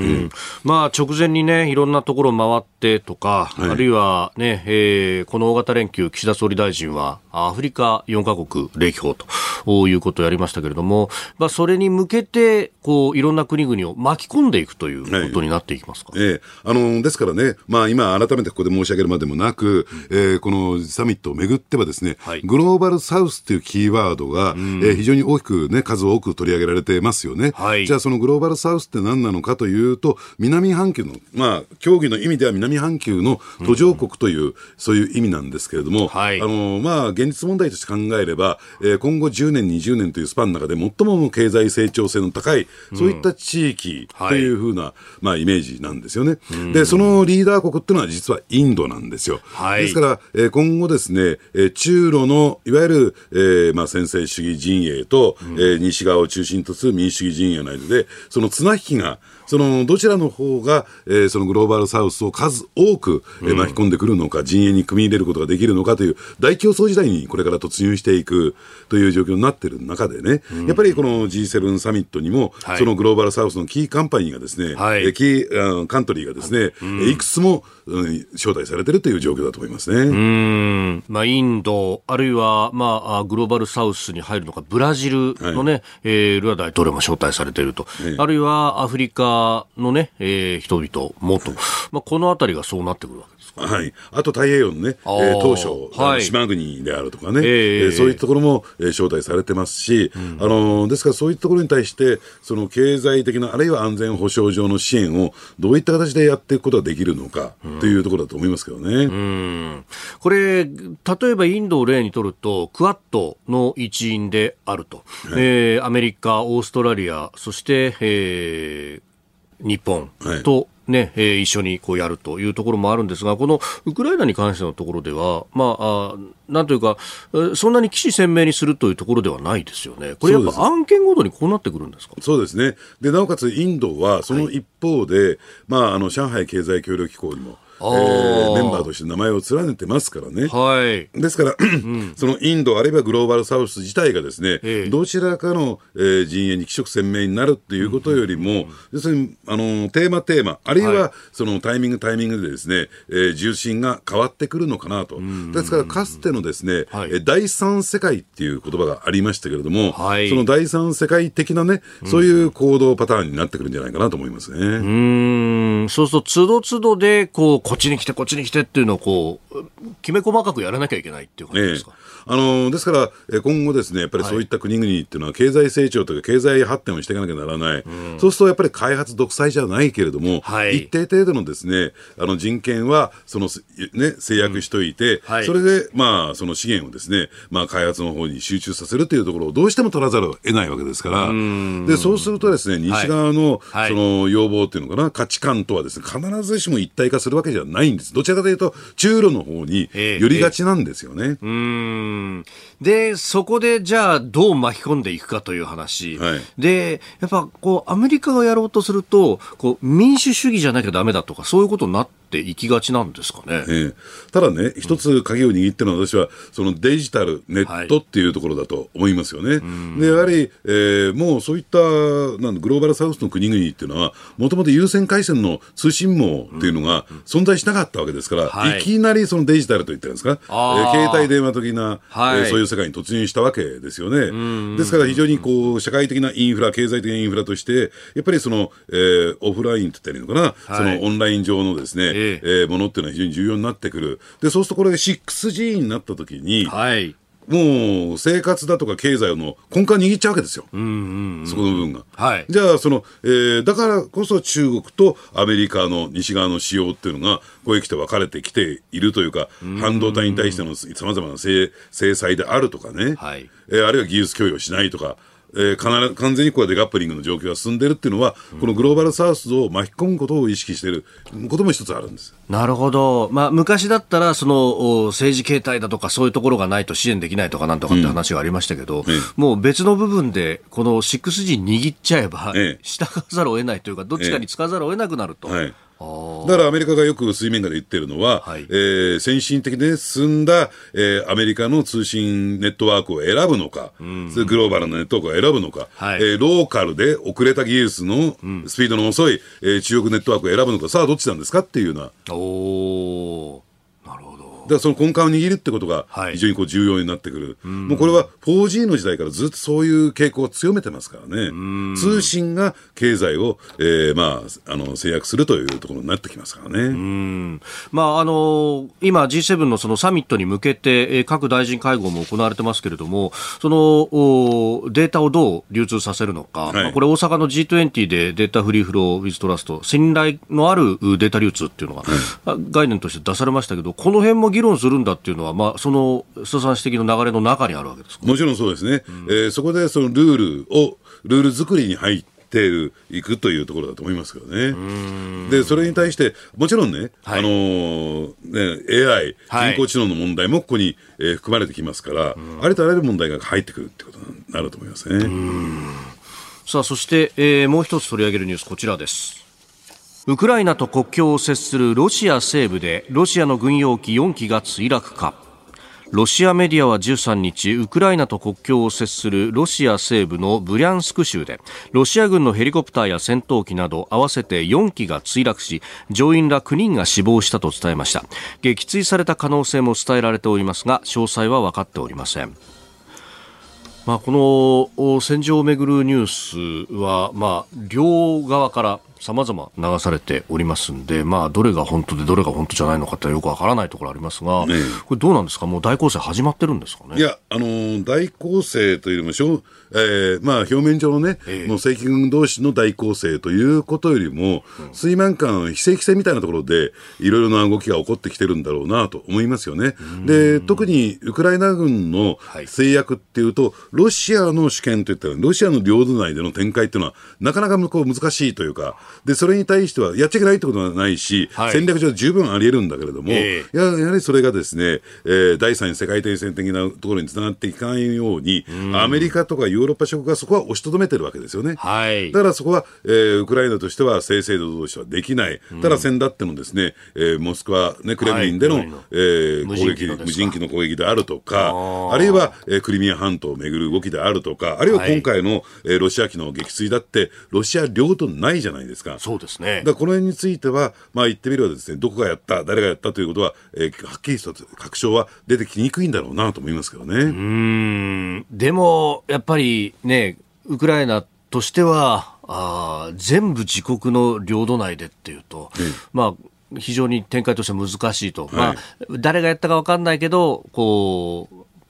えーまあ、直前にねいろんなところを回ってとか、はい、あるいは、ねえー、この大型連休岸田総理大臣はアフリカよんかこく歴訪ということをやりましたけれども、まあ、それに向けてこういろんな国々を巻き込んでいくということになっていきますか。 はいえー、あのですからね、まあ、今改めてここで申し上げるまでもなく、うんえー、このサミットをめぐってはですね、はい、グローバルサウスというキーワードが、うんえー、非常に大きく、ね、数多く取り上げられてますよね。はい、じゃあそのグローバルサウスって何なのかというと、南半球の、まあ、競技の意味では南半球の途上国という、うん、そういう意味なんですけれども、はい、あのまあ、現実問題として考えれば、えー、今後じゅうねんにじゅうねんというスパンの中で最も経済成長性の高い、うん、そういった地域というふうな、はいまあ、イメージなんですよね。うん、でそのリーダー国っていうのは実はインドなんですよ。はい、ですから、えー、今後ですね、えー、中ロのいわゆる、えーまあ、専制主義陣営と、うんえー、西側を中心とする民主主義陣営の間でその綱引きがそのどちらの方が、えー、そのグローバルサウスを数多く、えー、巻き込んでくるのか、うん、陣営に組み入れることができるのかという大競争時代にこれから突入していくという状況になっている中でね、うん、やっぱりこの ジーセブン サミットにも、はい、そのグローバルサウスのキーカンパニーがですね、はい、キーカントリーがですね、うん、いくつも、うん、招待されているという状況だと思いますね。 うん、まあ、インドあるいは、まあ、グローバルサウスに入るのかブラジルのね、はいえー、ルラ大統領も招待されていると、はい、あるいはアフリカのね、えー、人々もと、まあ、このあたりがそうなってくるわけですか、ねはい、あと太平洋のね、えー、当初、はい、島国であるとかね、えー、そういったところも、えー、招待されてますし、うん、あのー、ですからそういったところに対してその経済的なあるいは安全保障上の支援をどういった形でやっていくことができるのかというところだと思いますけどね。うんうんこれ例えばインドを例にとるとクアッドの一員であると、はいえー、アメリカオーストラリアそして、えー、日本と、ねえー、一緒にこうやるというところもあるんですが、このウクライナに関してのところでは、まあ、あなんというかそんなに起死鮮明にするというところではないですよね。これやっぱ案件ごとにこうなってくるんですか。 そうですね。でなおかつインドはその一方で、はいまあ、あの上海経済協力機構にもえー、メンバーとして名前を連ねてますからね、はい、ですから、うん、そのインドあるいはグローバルサウス自体がですね、えー、どちらかの、えー、陣営に起色鮮明になるっていうことよりも、うん、要するにあのテーマテーマあるいは、はい、そのタイミングタイミングでですね、えー、重心が変わってくるのかなと、うん、ですからかつてのですね、はい、第三世界っていう言葉がありましたけれども、はい、その第三世界的なねそういう行動パターンになってくるんじゃないかなと思いますね。うーんそうするとつどつどでこうこっちに来てこっちに来てっていうのをこうきめ細かくやらなきゃいけないっていう感じですか。 ええあのですから、今後ですね、やっぱりそういった国々っていうのは、経済成長というか、経済発展をしていかなきゃならない、うん、そうするとやっぱり開発独裁じゃないけれども、はい、一定程度のですね、あの人権はその、ね、制約しといて、うんはい、それで、まあ、その資源をですね、まあ、開発の方に集中させるというところをどうしても取らざるを得ないわけですから、うんでそうするとですね、西側の、はい、その要望っていうのかな、価値観とはですね、必ずしも一体化するわけじゃないんです。どちらかというと、中ロの方に寄りがちなんですよね。えーえー、うーんで、そこでじゃあどう巻き込んでいくかという話。はい、で、やっぱこう、アメリカがやろうとすると、こう、民主主義じゃなきゃダメだとか、そういうことになっていきがちなんですかね。 えー、ただね、一つ鍵を握ってるのは、私は、そのデジタル、ネットっていうところだと思いますよね。はい、で、やはり、えー、もうそういった、なんグローバルサウスの国々っていうのは、もともと有線回線の通信網っていうのが存在しなかったわけですから、はい、いきなりそのデジタルといってるんですか、えー、携帯電話的な、はいえー、そういう世界に突入したわけですよね。ですから非常にこう社会的なインフラ、経済的なインフラとしてやっぱりその、えー、オフラインって言ったらいいのかな、はい、そのオンライン上のですね、えーえー、ものっていうのは非常に重要になってくる。でそうするとこれが シックスジー になった時に、はいもう生活だとか経済の根幹握っちゃうわけですよ、うんうんうん、そこの部分が、はい、じゃあその、えー、だからこそ中国とアメリカの西側の仕様っていうのがここへ来て分かれてきているというか、うんうんうん、半導体に対してのさまざまな制裁であるとかね、はいえー、あるいは技術供与しないとかえー、必ず完全にこれデカップリングの状況が進んでいるっていうのは、うん、このグローバルサウスを巻き込むことを意識していることも一つあるんです。 なるほど、まあ、昔だったらその政治形態だとかそういうところがないと支援できないとかなんとかって話がありましたけど、うんええ、もう別の部分でこの シックスジー 握っちゃえば、ええ、従わざるを得ないというかどっちかに使わざるを得なくなると、ええはいだからアメリカがよく水面下で言ってるのは、はいえー、先進的で進んだ、えー、アメリカの通信ネットワークを選ぶのか、うん、グローバルなネットワークを選ぶのか、はいえー、ローカルで遅れた技術のスピードの遅い、うんえー、中国ネットワークを選ぶのか、さあどっちなんですかっていうような。 おなるほど。 だからその根幹を握るってことが非常にこう重要になってくる、はい、もうこれは フォージー の時代からずっとそういう傾向を強めてますからね。通信が経済を、えーまあ、あの制約するというところになってきますからね。 うんまあ、あの今 ジーセブン の, そのサミットに向けて各大臣会合も行われてますけれども、そのデータをどう流通させるのか、はいまあ、これ大阪の ジートゥエンティー でデータフリーフローウィズトラスト、信頼のあるデータ流通っていうのが、はい、概念として出されましたけど、この辺も議論するんだっていうのは、まあ、その須田さん指摘の流れの中にあるわけですか。 もちろんそうですね、うんえー、そこでそのルールをルール作りに入っていくというところだと思いますけどね。でそれに対してもちろんね、はいあのーね、エーアイ 人工知能の問題もここに、えー、含まれてきますから、ありとあらゆる問題が入ってくるってことになると思いますね。うんさあそして、えー、もう一つ取り上げるニュースこちらです。ウクライナと国境を接するロシア西部でロシアの軍用機よん機が墜落か。ロシアメディアはじゅうさんにち、ウクライナと国境を接するロシア西部のブリャンスク州でロシア軍のヘリコプターや戦闘機など合わせてよん機が墜落し、乗員らきゅうにんが死亡したと伝えました。撃墜された可能性も伝えられておりますが、詳細は分かっておりません。まあ、この戦場をめぐるニュースは、まあ、両側から様々流されておりますんで、まあ、どれが本当でどれが本当じゃないのかってよくわからないところありますが、ね、これどうなんですか。もう大攻勢始まってるんですかね。 いや、あのー、大攻勢というよりもしょ、えーまあ、表面上のね、えー、もう正規軍同士の大攻勢ということよりも、うん、水面下の非正規戦みたいなところでいろいろな動きが起こってきてるんだろうなと思いますよね。で特にウクライナ軍の制約っていうと、はい、ロシアの主権といったらロシアの領土内での展開っていうのはなかなかこう難しいというか、でそれに対してはやっちゃいけないってことはないし、はい、戦略上は十分あり得るんだけれども、えー、や, やはりそれがですね、えー、第三次世界大戦的なところにつながっていかないように、うん、アメリカとかヨーロッパ諸国がそこは押しとどめてるわけですよね、はい、だからそこは、えー、ウクライナとしては正々堂々としてはできない、うん、ただ先だってのですね、えー、モスクワ、ね、クレムリンでの、はいえー、攻撃無人機の攻撃であるとか、 あ, あるいは、えー、クリミア半島をめぐる動きであるとか、あるいは今回の、はいえー、ロシア機の撃墜だってロシア領土ないじゃないですか。 そうですね。 だからこの辺については、まあ、言ってみればですね、どこがやった誰がやったということは、えー、はっきりと確証は出てきにくいんだろうなと思いますけどね。うーんでもやっぱりね、ウクライナとしてはあ全部自国の領土内でっていうと、うん、まあ非常に展開として難しいと、はいまあ、誰がやったか分かんないけどこう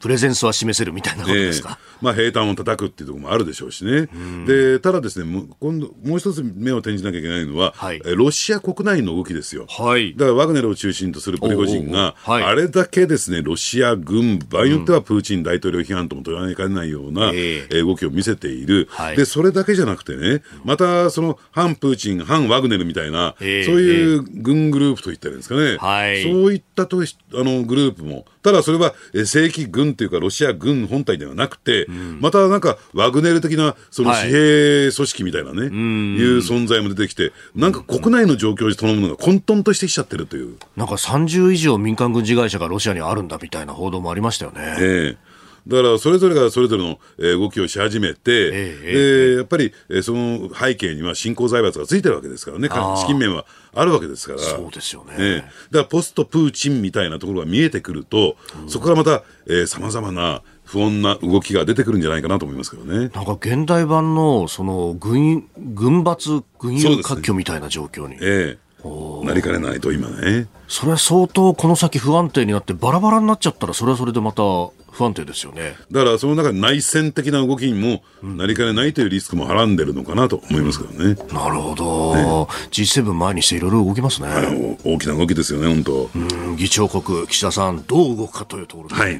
プレゼンスは示せるみたいなことですか。 えー、まあ、平坦を叩くっていうところもあるでしょうしね。で、ただですね、今度もう一つ目を転じなきゃいけないのは、はい、ロシア国内の動きですよ。はい、だからワグネルを中心とするプリゴジンが、はい、あれだけですね、ロシア軍、場合によってはプーチン大統領批判とも取られかねないような、うんえー、動きを見せている、はい。で、それだけじゃなくてね、またその反プーチン、反ワグネルみたいな、えー、そういう軍グループといったらいいんですかね。はい、そういったとあのグループも、ただそれは正規軍というかロシア軍本体ではなくて、うん、またなんかワグネル的なその私兵組織みたいなね、はい、いう存在も出てきて、なんか国内の状況そのものが混沌としてきちゃってるという。 なんかさんじゅう以上民間軍事会社がロシアにあるんだみたいな報道もありましたよね。 えーだからそれぞれがそれぞれの動きをし始めて、えー、でやっぱりその背景には新興財閥がついてるわけですからね、資金面はあるわけですから。 そうですよね。 ね、だからポストプーチンみたいなところが見えてくると、うん、そこからまたさまざまな不穏な動きが出てくるんじゃないかなと思いますけどね。 なんか現代版のその軍軍閥軍友割拠みたいな状況に、ねえー、なりかねないと今ね。 それは相当この先不安定になってバラバラになっちゃったら、それはそれでまた不安定ですよね。 だからその中で内戦的な動きにもなりかねないというリスクもはらんでるのかなと思いますけどね。 なるほど、ね、ジーセブン 前にしていろいろ動きますね。 大きな動きですよね本当。 うん、議長国岸田さんどう動くかというところです、ね。はい、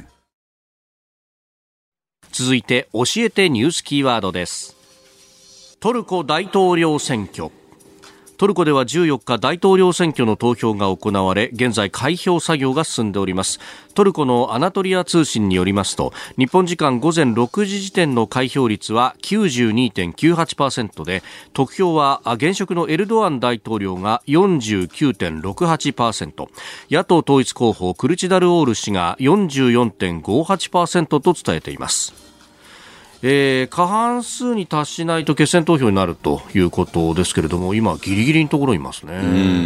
続いて教えてニュースキーワードです。トルコ大統領選挙。トルコではじゅうよっか大統領選挙の投票が行われ、現在開票作業が進んでおります。トルコのアナトリア通信によりますと、日本時間午前ろくじ時点の開票率は きゅうじゅうにてんきゅうはちパーセント で、得票は現職のエルドアン大統領が よんじゅうきゅうてんろくはちパーセント、野党統一候補クルチダルオール氏が よんじゅうよんてんごはちパーセント と伝えています。えー、過半数に達しないと決選投票になるということですけれども、今ギリギリのところいますね。 うん、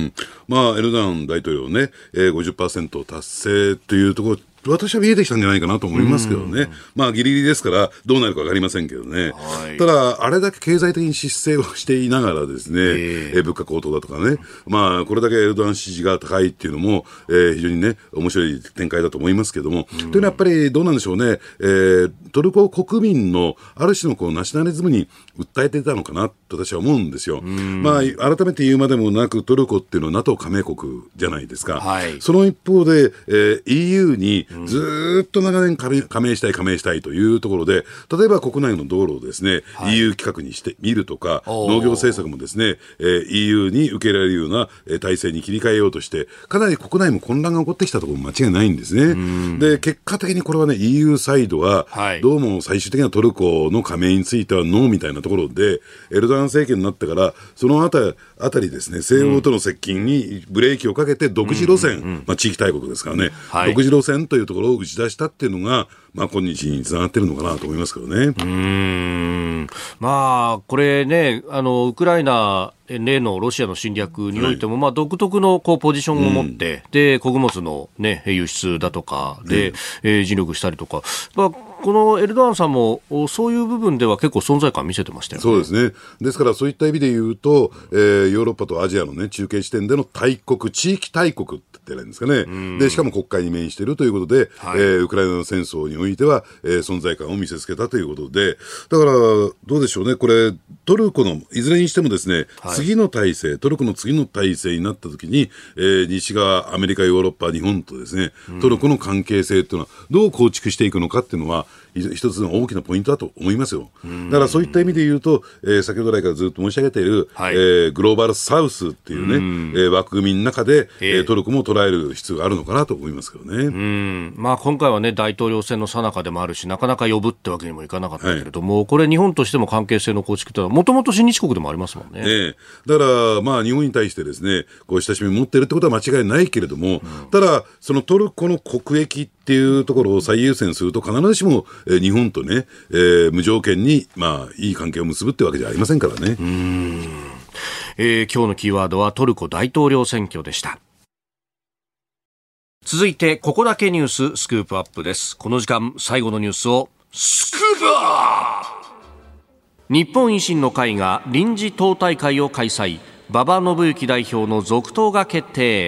まあ、エルドアン大統領ね、えー、ごじゅっパーセント 達成というところ、私は見えてきたんじゃないかなと思いますけどね。まあギリギリですからどうなるか分かりませんけどね、はい、ただあれだけ経済的に失勢をしていながらですね、えー、物価高騰だとかね、まあこれだけエルドアン支持が高いっていうのも、えー、非常にね面白い展開だと思いますけども、というのはやっぱりどうなんでしょうね、えー、トルコ国民のある種のこうナショナリズムに訴えていたのかなと私は思うんですよ。まあ改めて言うまでもなくトルコっていうのは NATO 加盟国じゃないですか、はい、その一方で、えー、イーユー にずっと長年加盟、加盟したい加盟したいというところで、例えば国内の道路をですね、はい、イーユー 規格にしてみるとか、農業政策もですね、えー、イーユー に受け入れられるような、えー、体制に切り替えようとして、かなり国内も混乱が起こってきたところも間違いないんですね。で、結果的にこれはね、イーユー サイドは、はい、どうも最終的なトルコの加盟についてはノーみたいなところで、エルドアン政権になってから、そのあたり、あたりですね、西欧との接近にブレーキをかけて独自路線、うんうんうん、まあ、地域大国ですからね、はい、独自路線というところを打ち出したっていうのが、まあ、今日につながってるのかなと思いますけどね。うーん、まあ、これね、あのウクライナ例のロシアの侵略においても、はい、まあ、独特のこうポジションを持って、うん、で穀物の、ね、輸出だとかで、うん、えー、尽力したりとか、まあ、このエルドアンさんもそういう部分では結構存在感見せてましたよね。 そうですね。ですからそういった意味で言うと、えー、ヨーロッパとアジアの、ね、中継地点での大国、地域大国って言ってるんですかね。でしかも国会に面しているということで、はい、えー、ウクライナの戦争においては、えー、存在感を見せつけたということで、だからどうでしょうね、これトルコのいずれにしてもですね、はい、次の体制、トルコの次の体制になったときに、えー、西側、アメリカ、ヨーロッパ、日本とですね、トルコの関係性というのはどう構築していくのかっていうのは一つの大きなポイントだと思いますよ。だからそういった意味で言うと、えー、先ほど来からずっと申し上げている、はい、えー、グローバルサウスっていうね、うえー、枠組みの中で、えー、トルコも捉える必要があるのかなと思いますけどね。 うん、まあ、今回はね大統領選の最中でもあるし、なかなか呼ぶってわけにもいかなかったけれども、はい、これ日本としても関係性の構築というのはもともと親日国でもありますもんね。 えー、だからまあ日本に対してですねこう親しみを持っているってことは間違いないけれども、うん、ただそのトルコの国益っていうところを最優先すると必ずしも、えー、日本とね、えー、無条件に、まあ、いい関係を結ぶってわけじゃありませんからね。 うーん、えー、今日のキーワードはトルコ大統領選挙でした。続いてここだけニューススクープアップです。この時間最後のニュースをスクープアップ。日本維新の会が臨時党大会を開催。馬場伸幸代表の続投が決定。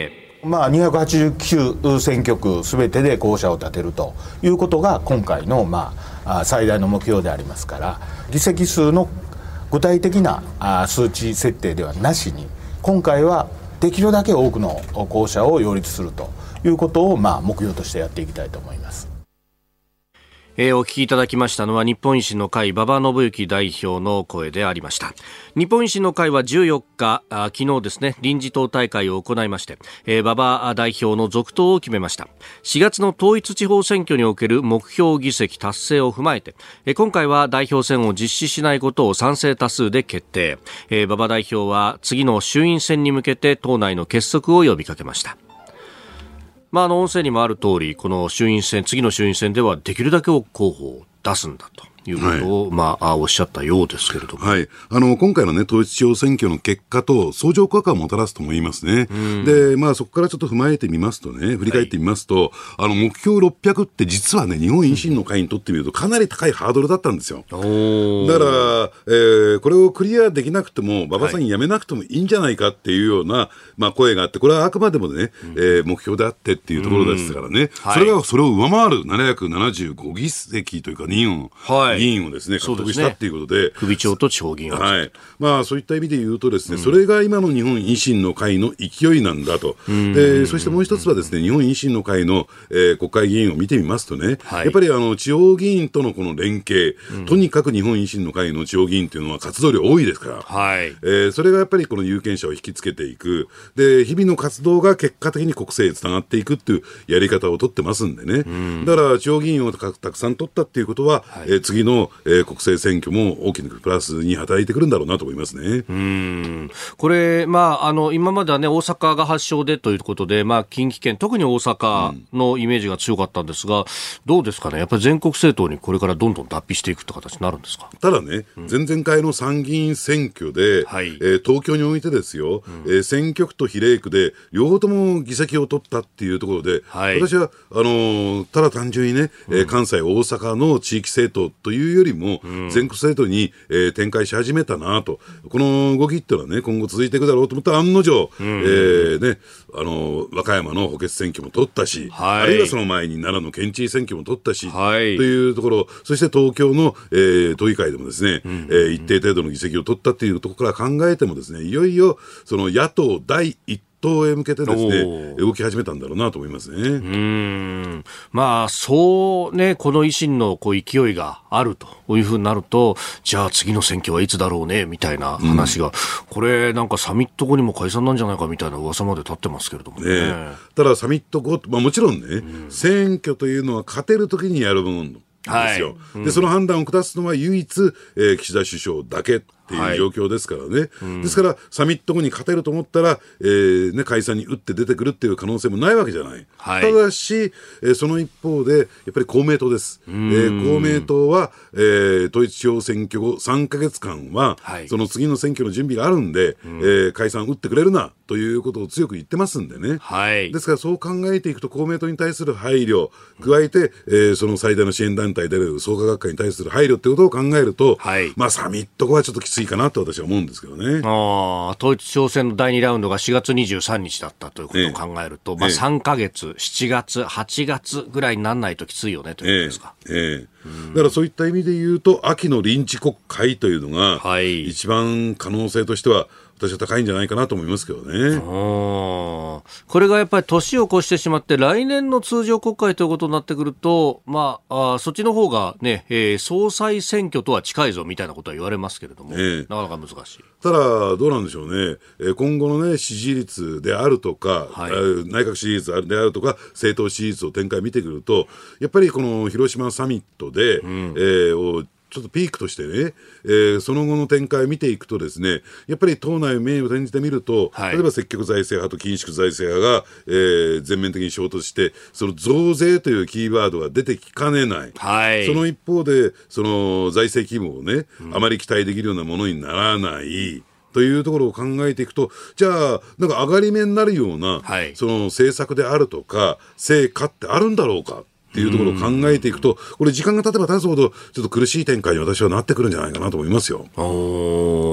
まあ、にひゃくはちじゅうきゅう選挙区すべてで候補者を立てるということが今回の、まあ、最大の目標でありますから、議席数の具体的な数値設定ではなしに、今回はできるだけ多くの候補者を擁立するということを、まあ、目標としてやっていきたいと思います。 えー、お聞きいただきましたのは日本維新の会馬場伸幸代表の声でありました。日本維新の会はじゅうよっか、あ昨日ですね、臨時党大会を行いまして、えー、馬場代表の続投を決めました。しがつの統一地方選挙における目標議席達成を踏まえて、えー、今回は代表選を実施しないことを賛成多数で決定。えー、馬場代表は次の衆院選に向けて党内の結束を呼びかけました。まあ、あの音声にもある通り、この衆院選、次の衆院選ではできるだけ多く候補を出すんだということを、はい、まあ、おっしゃったようですけれども、 はい、あの今回の、ね、統一地方選挙の結果と相乗効果をもたらすと思いますね。で、まあ、そこからちょっと踏まえてみますとね、振り返ってみますと、はい、あの目標ろっぴゃくって実はね、日本維新の会にとってみるとかなり高いハードルだったんですよ。だから、えー、これをクリアできなくても馬場さん辞めなくてもいいんじゃないかっていうような、はい、まあ、声があって、これはあくまでもね、うん、えー、目標であってっていうところですからね、はい、それがそれを上回るななひゃくななじゅうご議席というか任を、はい、議員をですね獲得したっていうことで、 首長と地方議員を、 はい、まあ、そういった意味で言うとですね、うん、それが今の日本維新の会の勢いなんだと。で、そしてもう一つはですね、日本維新の会の、えー、国会議員を見てみますとね、はい、やっぱりあの地方議員とのこの連携、うん、とにかく日本維新の会の地方議員というのは活動量多いですから、はい、えー、それがやっぱりこの有権者を引きつけていく。で、日々の活動が結果的に国政へつながっていくっていうやり方を取ってますんでね、うん、だから地方議員をたくさん取ったっていうことは、はい、えー、次の、えー、国政選挙も大きなプラスに働いてくるんだろうなと思いますね。 うーん、これ、まあ、あの今までは、ね、大阪が発祥でということで、まあ、近畿圏、特に大阪のイメージが強かったんですが、うん、どうですかね、やっぱり全国政党にこれからどんどん脱皮していくって形になるんですか。 ただね、うん、前々回の参議院選挙で、はい、えー、東京においてですよ、うん、えー、選挙区と比例区で両方とも議席を取ったっていうところで、はい、私はあのー、ただ単純にね、うん、えー、関西、大阪の地域政党というよりも、うん、全国政党に、えー、展開し始めたなと、この動きっていうのはね、今後続いていくだろうと思ったら案の定、うん、えーね、あの和歌山の補欠選挙も取ったし、はい、あるいはその前に奈良の県知事選挙も取ったし、はい、というところ、そして東京の、えー、都議会でもですね、うん、えー、一定程度の議席を取ったっていうところから考えてもですね、いよいよその野党第一党へ向けてですね、動き始めたんだろうなと思いますね。うーん、まあ、そうね、この維新のこう勢いがあるというふうになると、じゃあ次の選挙はいつだろうねみたいな話が、うん、これなんかサミット後にも解散なんじゃないかみたいな噂まで立ってますけれども ね, ねただサミット後、まあ、もちろんね、うん、選挙というのは勝てるときにやるものですよ、はい、うん、でその判断を下すのは唯一、えー、岸田首相だけっていう状況ですからね、はい、うん、ですからサミット後に勝てると思ったら、えーね、解散に打って出てくるっていう可能性もないわけじゃない、はい、ただし、えー、その一方でやっぱり公明党です、えー、公明党は、えー、統一地方選挙後さんかげつかんは、はい、その次の選挙の準備があるんで、うん、えー、解散打ってくれるなということを強く言ってますんでね、はい、ですからそう考えていくと公明党に対する配慮加えて、えー、その最大の支援団体である創価学会に対する配慮ということを考えると、はい、まあ、サミット後はちょっときついかなと私は思うんですけどね。 あ、統一地方選のだいにラウンドがしがつにじゅうさんにちだったということを考えると、ええ、まあ、さんかげつ、しちがつ、はちがつぐらいにならないときついよねということですか。ええええ、 だからそういった意味で言うと秋の臨時国会というのが、はい、一番可能性としては私は高いんじゃないかなと思いますけどね。あ、 これがやっぱり年を越してしまって来年の通常国会ということになってくると、まあ、あそっちの方がね、えー、総裁選挙とは近いぞみたいなことは言われますけれども、えー、なかなか難しい。 ただどうなんでしょうね、えー、今後の、ね、支持率であるとか、はい、内閣支持率であるとか政党支持率を展開見てくるとやっぱりこの広島サミットで、うん、えー、をちょっとピークとしてね、えー、その後の展開を見ていくとですね、やっぱり党内を名誉を転じてみると、はい、例えば積極財政派と緊縮財政派が、えー、全面的に衝突してその増税というキーワードが出てきかねない、はい、その一方でその財政規模をね、うん、あまり期待できるようなものにならないというところを考えていくと、じゃあなんか上がり目になるような、はい、その政策であるとか成果ってあるんだろうかっていうところを考えていくと、これ時間が経てば経つほどちょっと苦しい展開に私はなってくるんじゃないかなと思いますよ。 お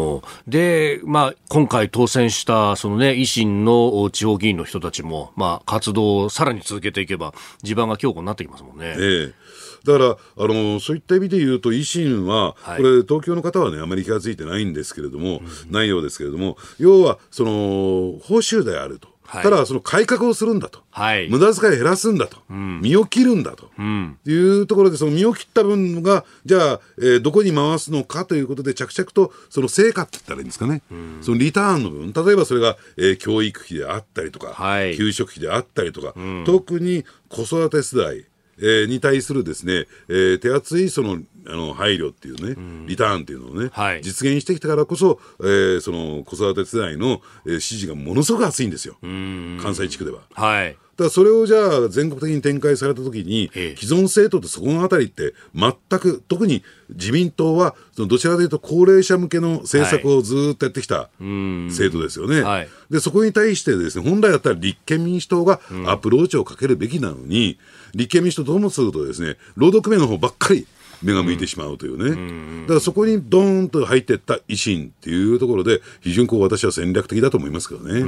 で、まあ、今回当選したその、ね、維新の地方議員の人たちも、まあ、活動をさらに続けていけば地盤が強固になってきますもんね。 ええ、だからあのそういった意味で言うと維新は、はい、これ東京の方はねあまり気がついてないんですけれども、うん、ないようですけれども、要はその報酬であると、はい、ただその改革をするんだと、はい、無駄遣い減らすんだと、うん、身を切るんだと、うん、いうところで、その身を切った分がじゃあ、えー、どこに回すのかということで着々とその成果って言ったらいいんですかね、うん、そのリターンの部分、例えばそれが、えー、教育費であったりとか、はい、給食費であったりとか、うん、特に子育て世代えー、に対するですね、えー、手厚いそのあの配慮っていうね、うん、リターンっていうのをね、はい、実現してきたからこそ、えー、その子育て世代の、えー、支持がものすごく厚いんですよ、関西地区では。はい。だからそれをじゃあ全国的に展開されたときに、既存政党とそこのあたりって全く、特に自民党はそのどちらかというと高齢者向けの政策をずっとやってきた政党ですよね、はい、でそこに対してですね、本来だったら立憲民主党がアプローチをかけるべきなのに、うん、立憲民主党どうもするとですね、労働組合の方ばっかり目が向いてしまうというね、うん、だからそこにドーンと入っていった維新っていうところで非常にこう私は戦略的だと思いますけどね。 うん、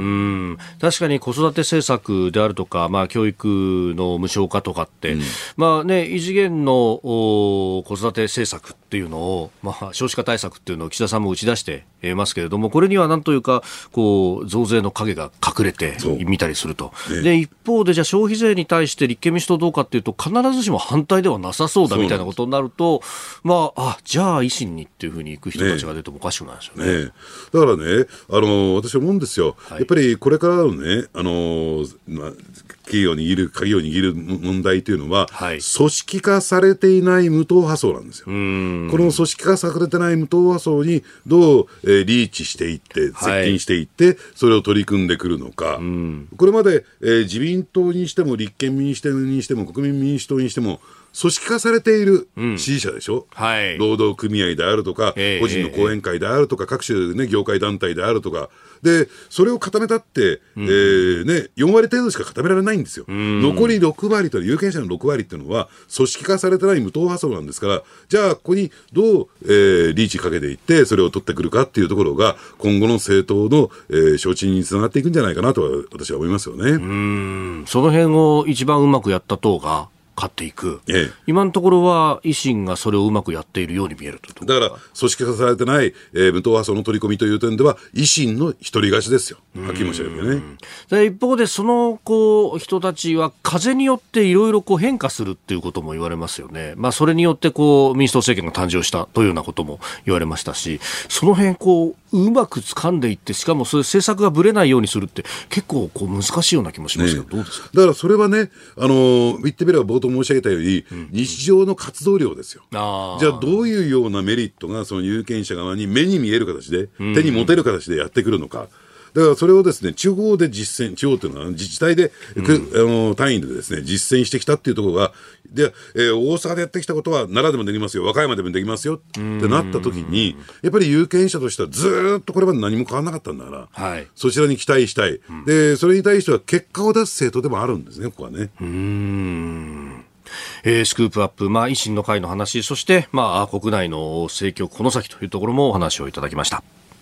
確かに子育て政策であるとか、まあ、教育の無償化とかって、うんまあね、異次元の子育て政策っていうのを、まあ、少子化対策っていうのを岸田さんも打ち出してますけれども、これにはなんというかこう増税の影が隠れてみたりすると、ね、で一方でじゃあ消費税に対して立憲民主党どうかっていうと必ずしも反対ではなさそうだみたいなことになると、まあ、あじゃあ維新にっていうふうに行く人たちが出てもおかしくないですよね。ねねだからね、あの私は思うんですよ、はい、やっぱりこれからのね、あのまあ、鍵を握る鍵を握る問題というのは、はい、組織化されていない無党派層なんですよ。うんこの組織化されてない無党派層にどう、えー、リーチしていって接近していって、はい、それを取り組んでくるのか、うんこれまで、えー、自民党にしても立憲民主党にしても国民民主党にしても組織化されている支持者でしょ、うんはい、労働組合であるとか、えー、個人の後援会であるとか、えー、各種、ね、業界団体であるとかで、それを固めたって、うんえーね、よんわり程度しか固められないんですよ、うん、残りろくわりと有権者のろくわりっていうのは組織化されてない無党派層なんですから、じゃあここにどう、えー、リーチかけていってそれを取ってくるかっていうところが今後の政党の、えー、承知につながっていくんじゃないかなとは私は思いますよね。 うんその辺を一番うまくやった党が勝っていく、ええ、今のところは維新がそれをうまくやっているように見えると。 だから組織化されてない、えー、無党派層の取り込みという点では維新の一人勝ちですよ、はっきり申し上げてね。 で一方でそのこう人たちは風によっていろいろ変化するっていうことも言われますよね。まあ、それによってこう民主党政権が誕生したというようなことも言われましたし、その辺こううまく掴んでいって、しかもそういう政策がぶれないようにするって結構こう難しいような気もしますけど、ね、どうですか。 だからそれはね、あのー、言ってみれば冒頭申し上げたように、うん、日常の活動量ですよ。あじゃあどういうようなメリットがその有権者側に目に見える形で、うん、手に持てる形でやってくるのか。だからそれをですね、地方で実践、地方というのは自治体で、うん、あの単位でですね実践してきたっていうところが、で、えー、大阪でやってきたことは奈良でもできますよ、和歌山でもできますよってなった時に、やっぱり有権者としてはずっとこれまで何も変わらなかったんだから、はい、そちらに期待したい、うん、でそれに対しては結果を出す政党でもあるんですね、ここはね。 うーんえー、スクープアップ、まあ、維新の会の話、そして、まあ、国内の政局この先というところもお話をいただきました。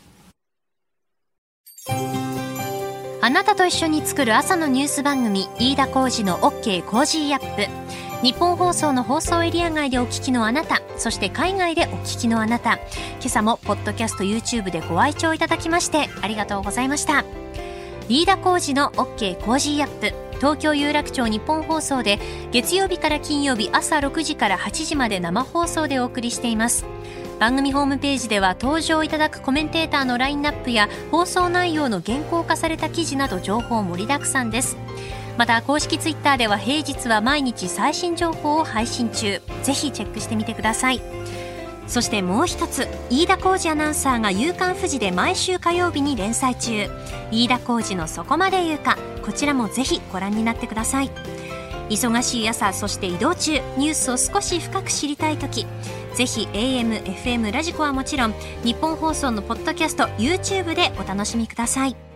あなたと一緒に作る朝のニュース番組、飯田浩司の OK コージーアップ。日本放送の放送エリア外でお聞きのあなた、そして海外でお聞きのあなた、今朝もポッドキャスト YouTube でご愛聴いただきましてありがとうございました。飯田浩司の OK コージーアップ、東京有楽町日本放送で月曜日から金曜日朝ろくじからはちじまで生放送でお送りしています。番組ホームページでは登場いただくコメンテーターのラインナップや放送内容の原稿化された記事など情報盛りだくさんです。また公式ツイッターでは平日は毎日最新情報を配信中、ぜひチェックしてみてください。そしてもう一つ、飯田浩司アナウンサーが夕刊フジで毎週火曜日に連載中、飯田浩司のそこまで言うか、こちらもぜひご覧になってください。忙しい朝、そして移動中、ニュースを少し深く知りたいとき、ぜひ エーエム、エフエム ラジコはもちろん日本放送のポッドキャスト YouTube でお楽しみください。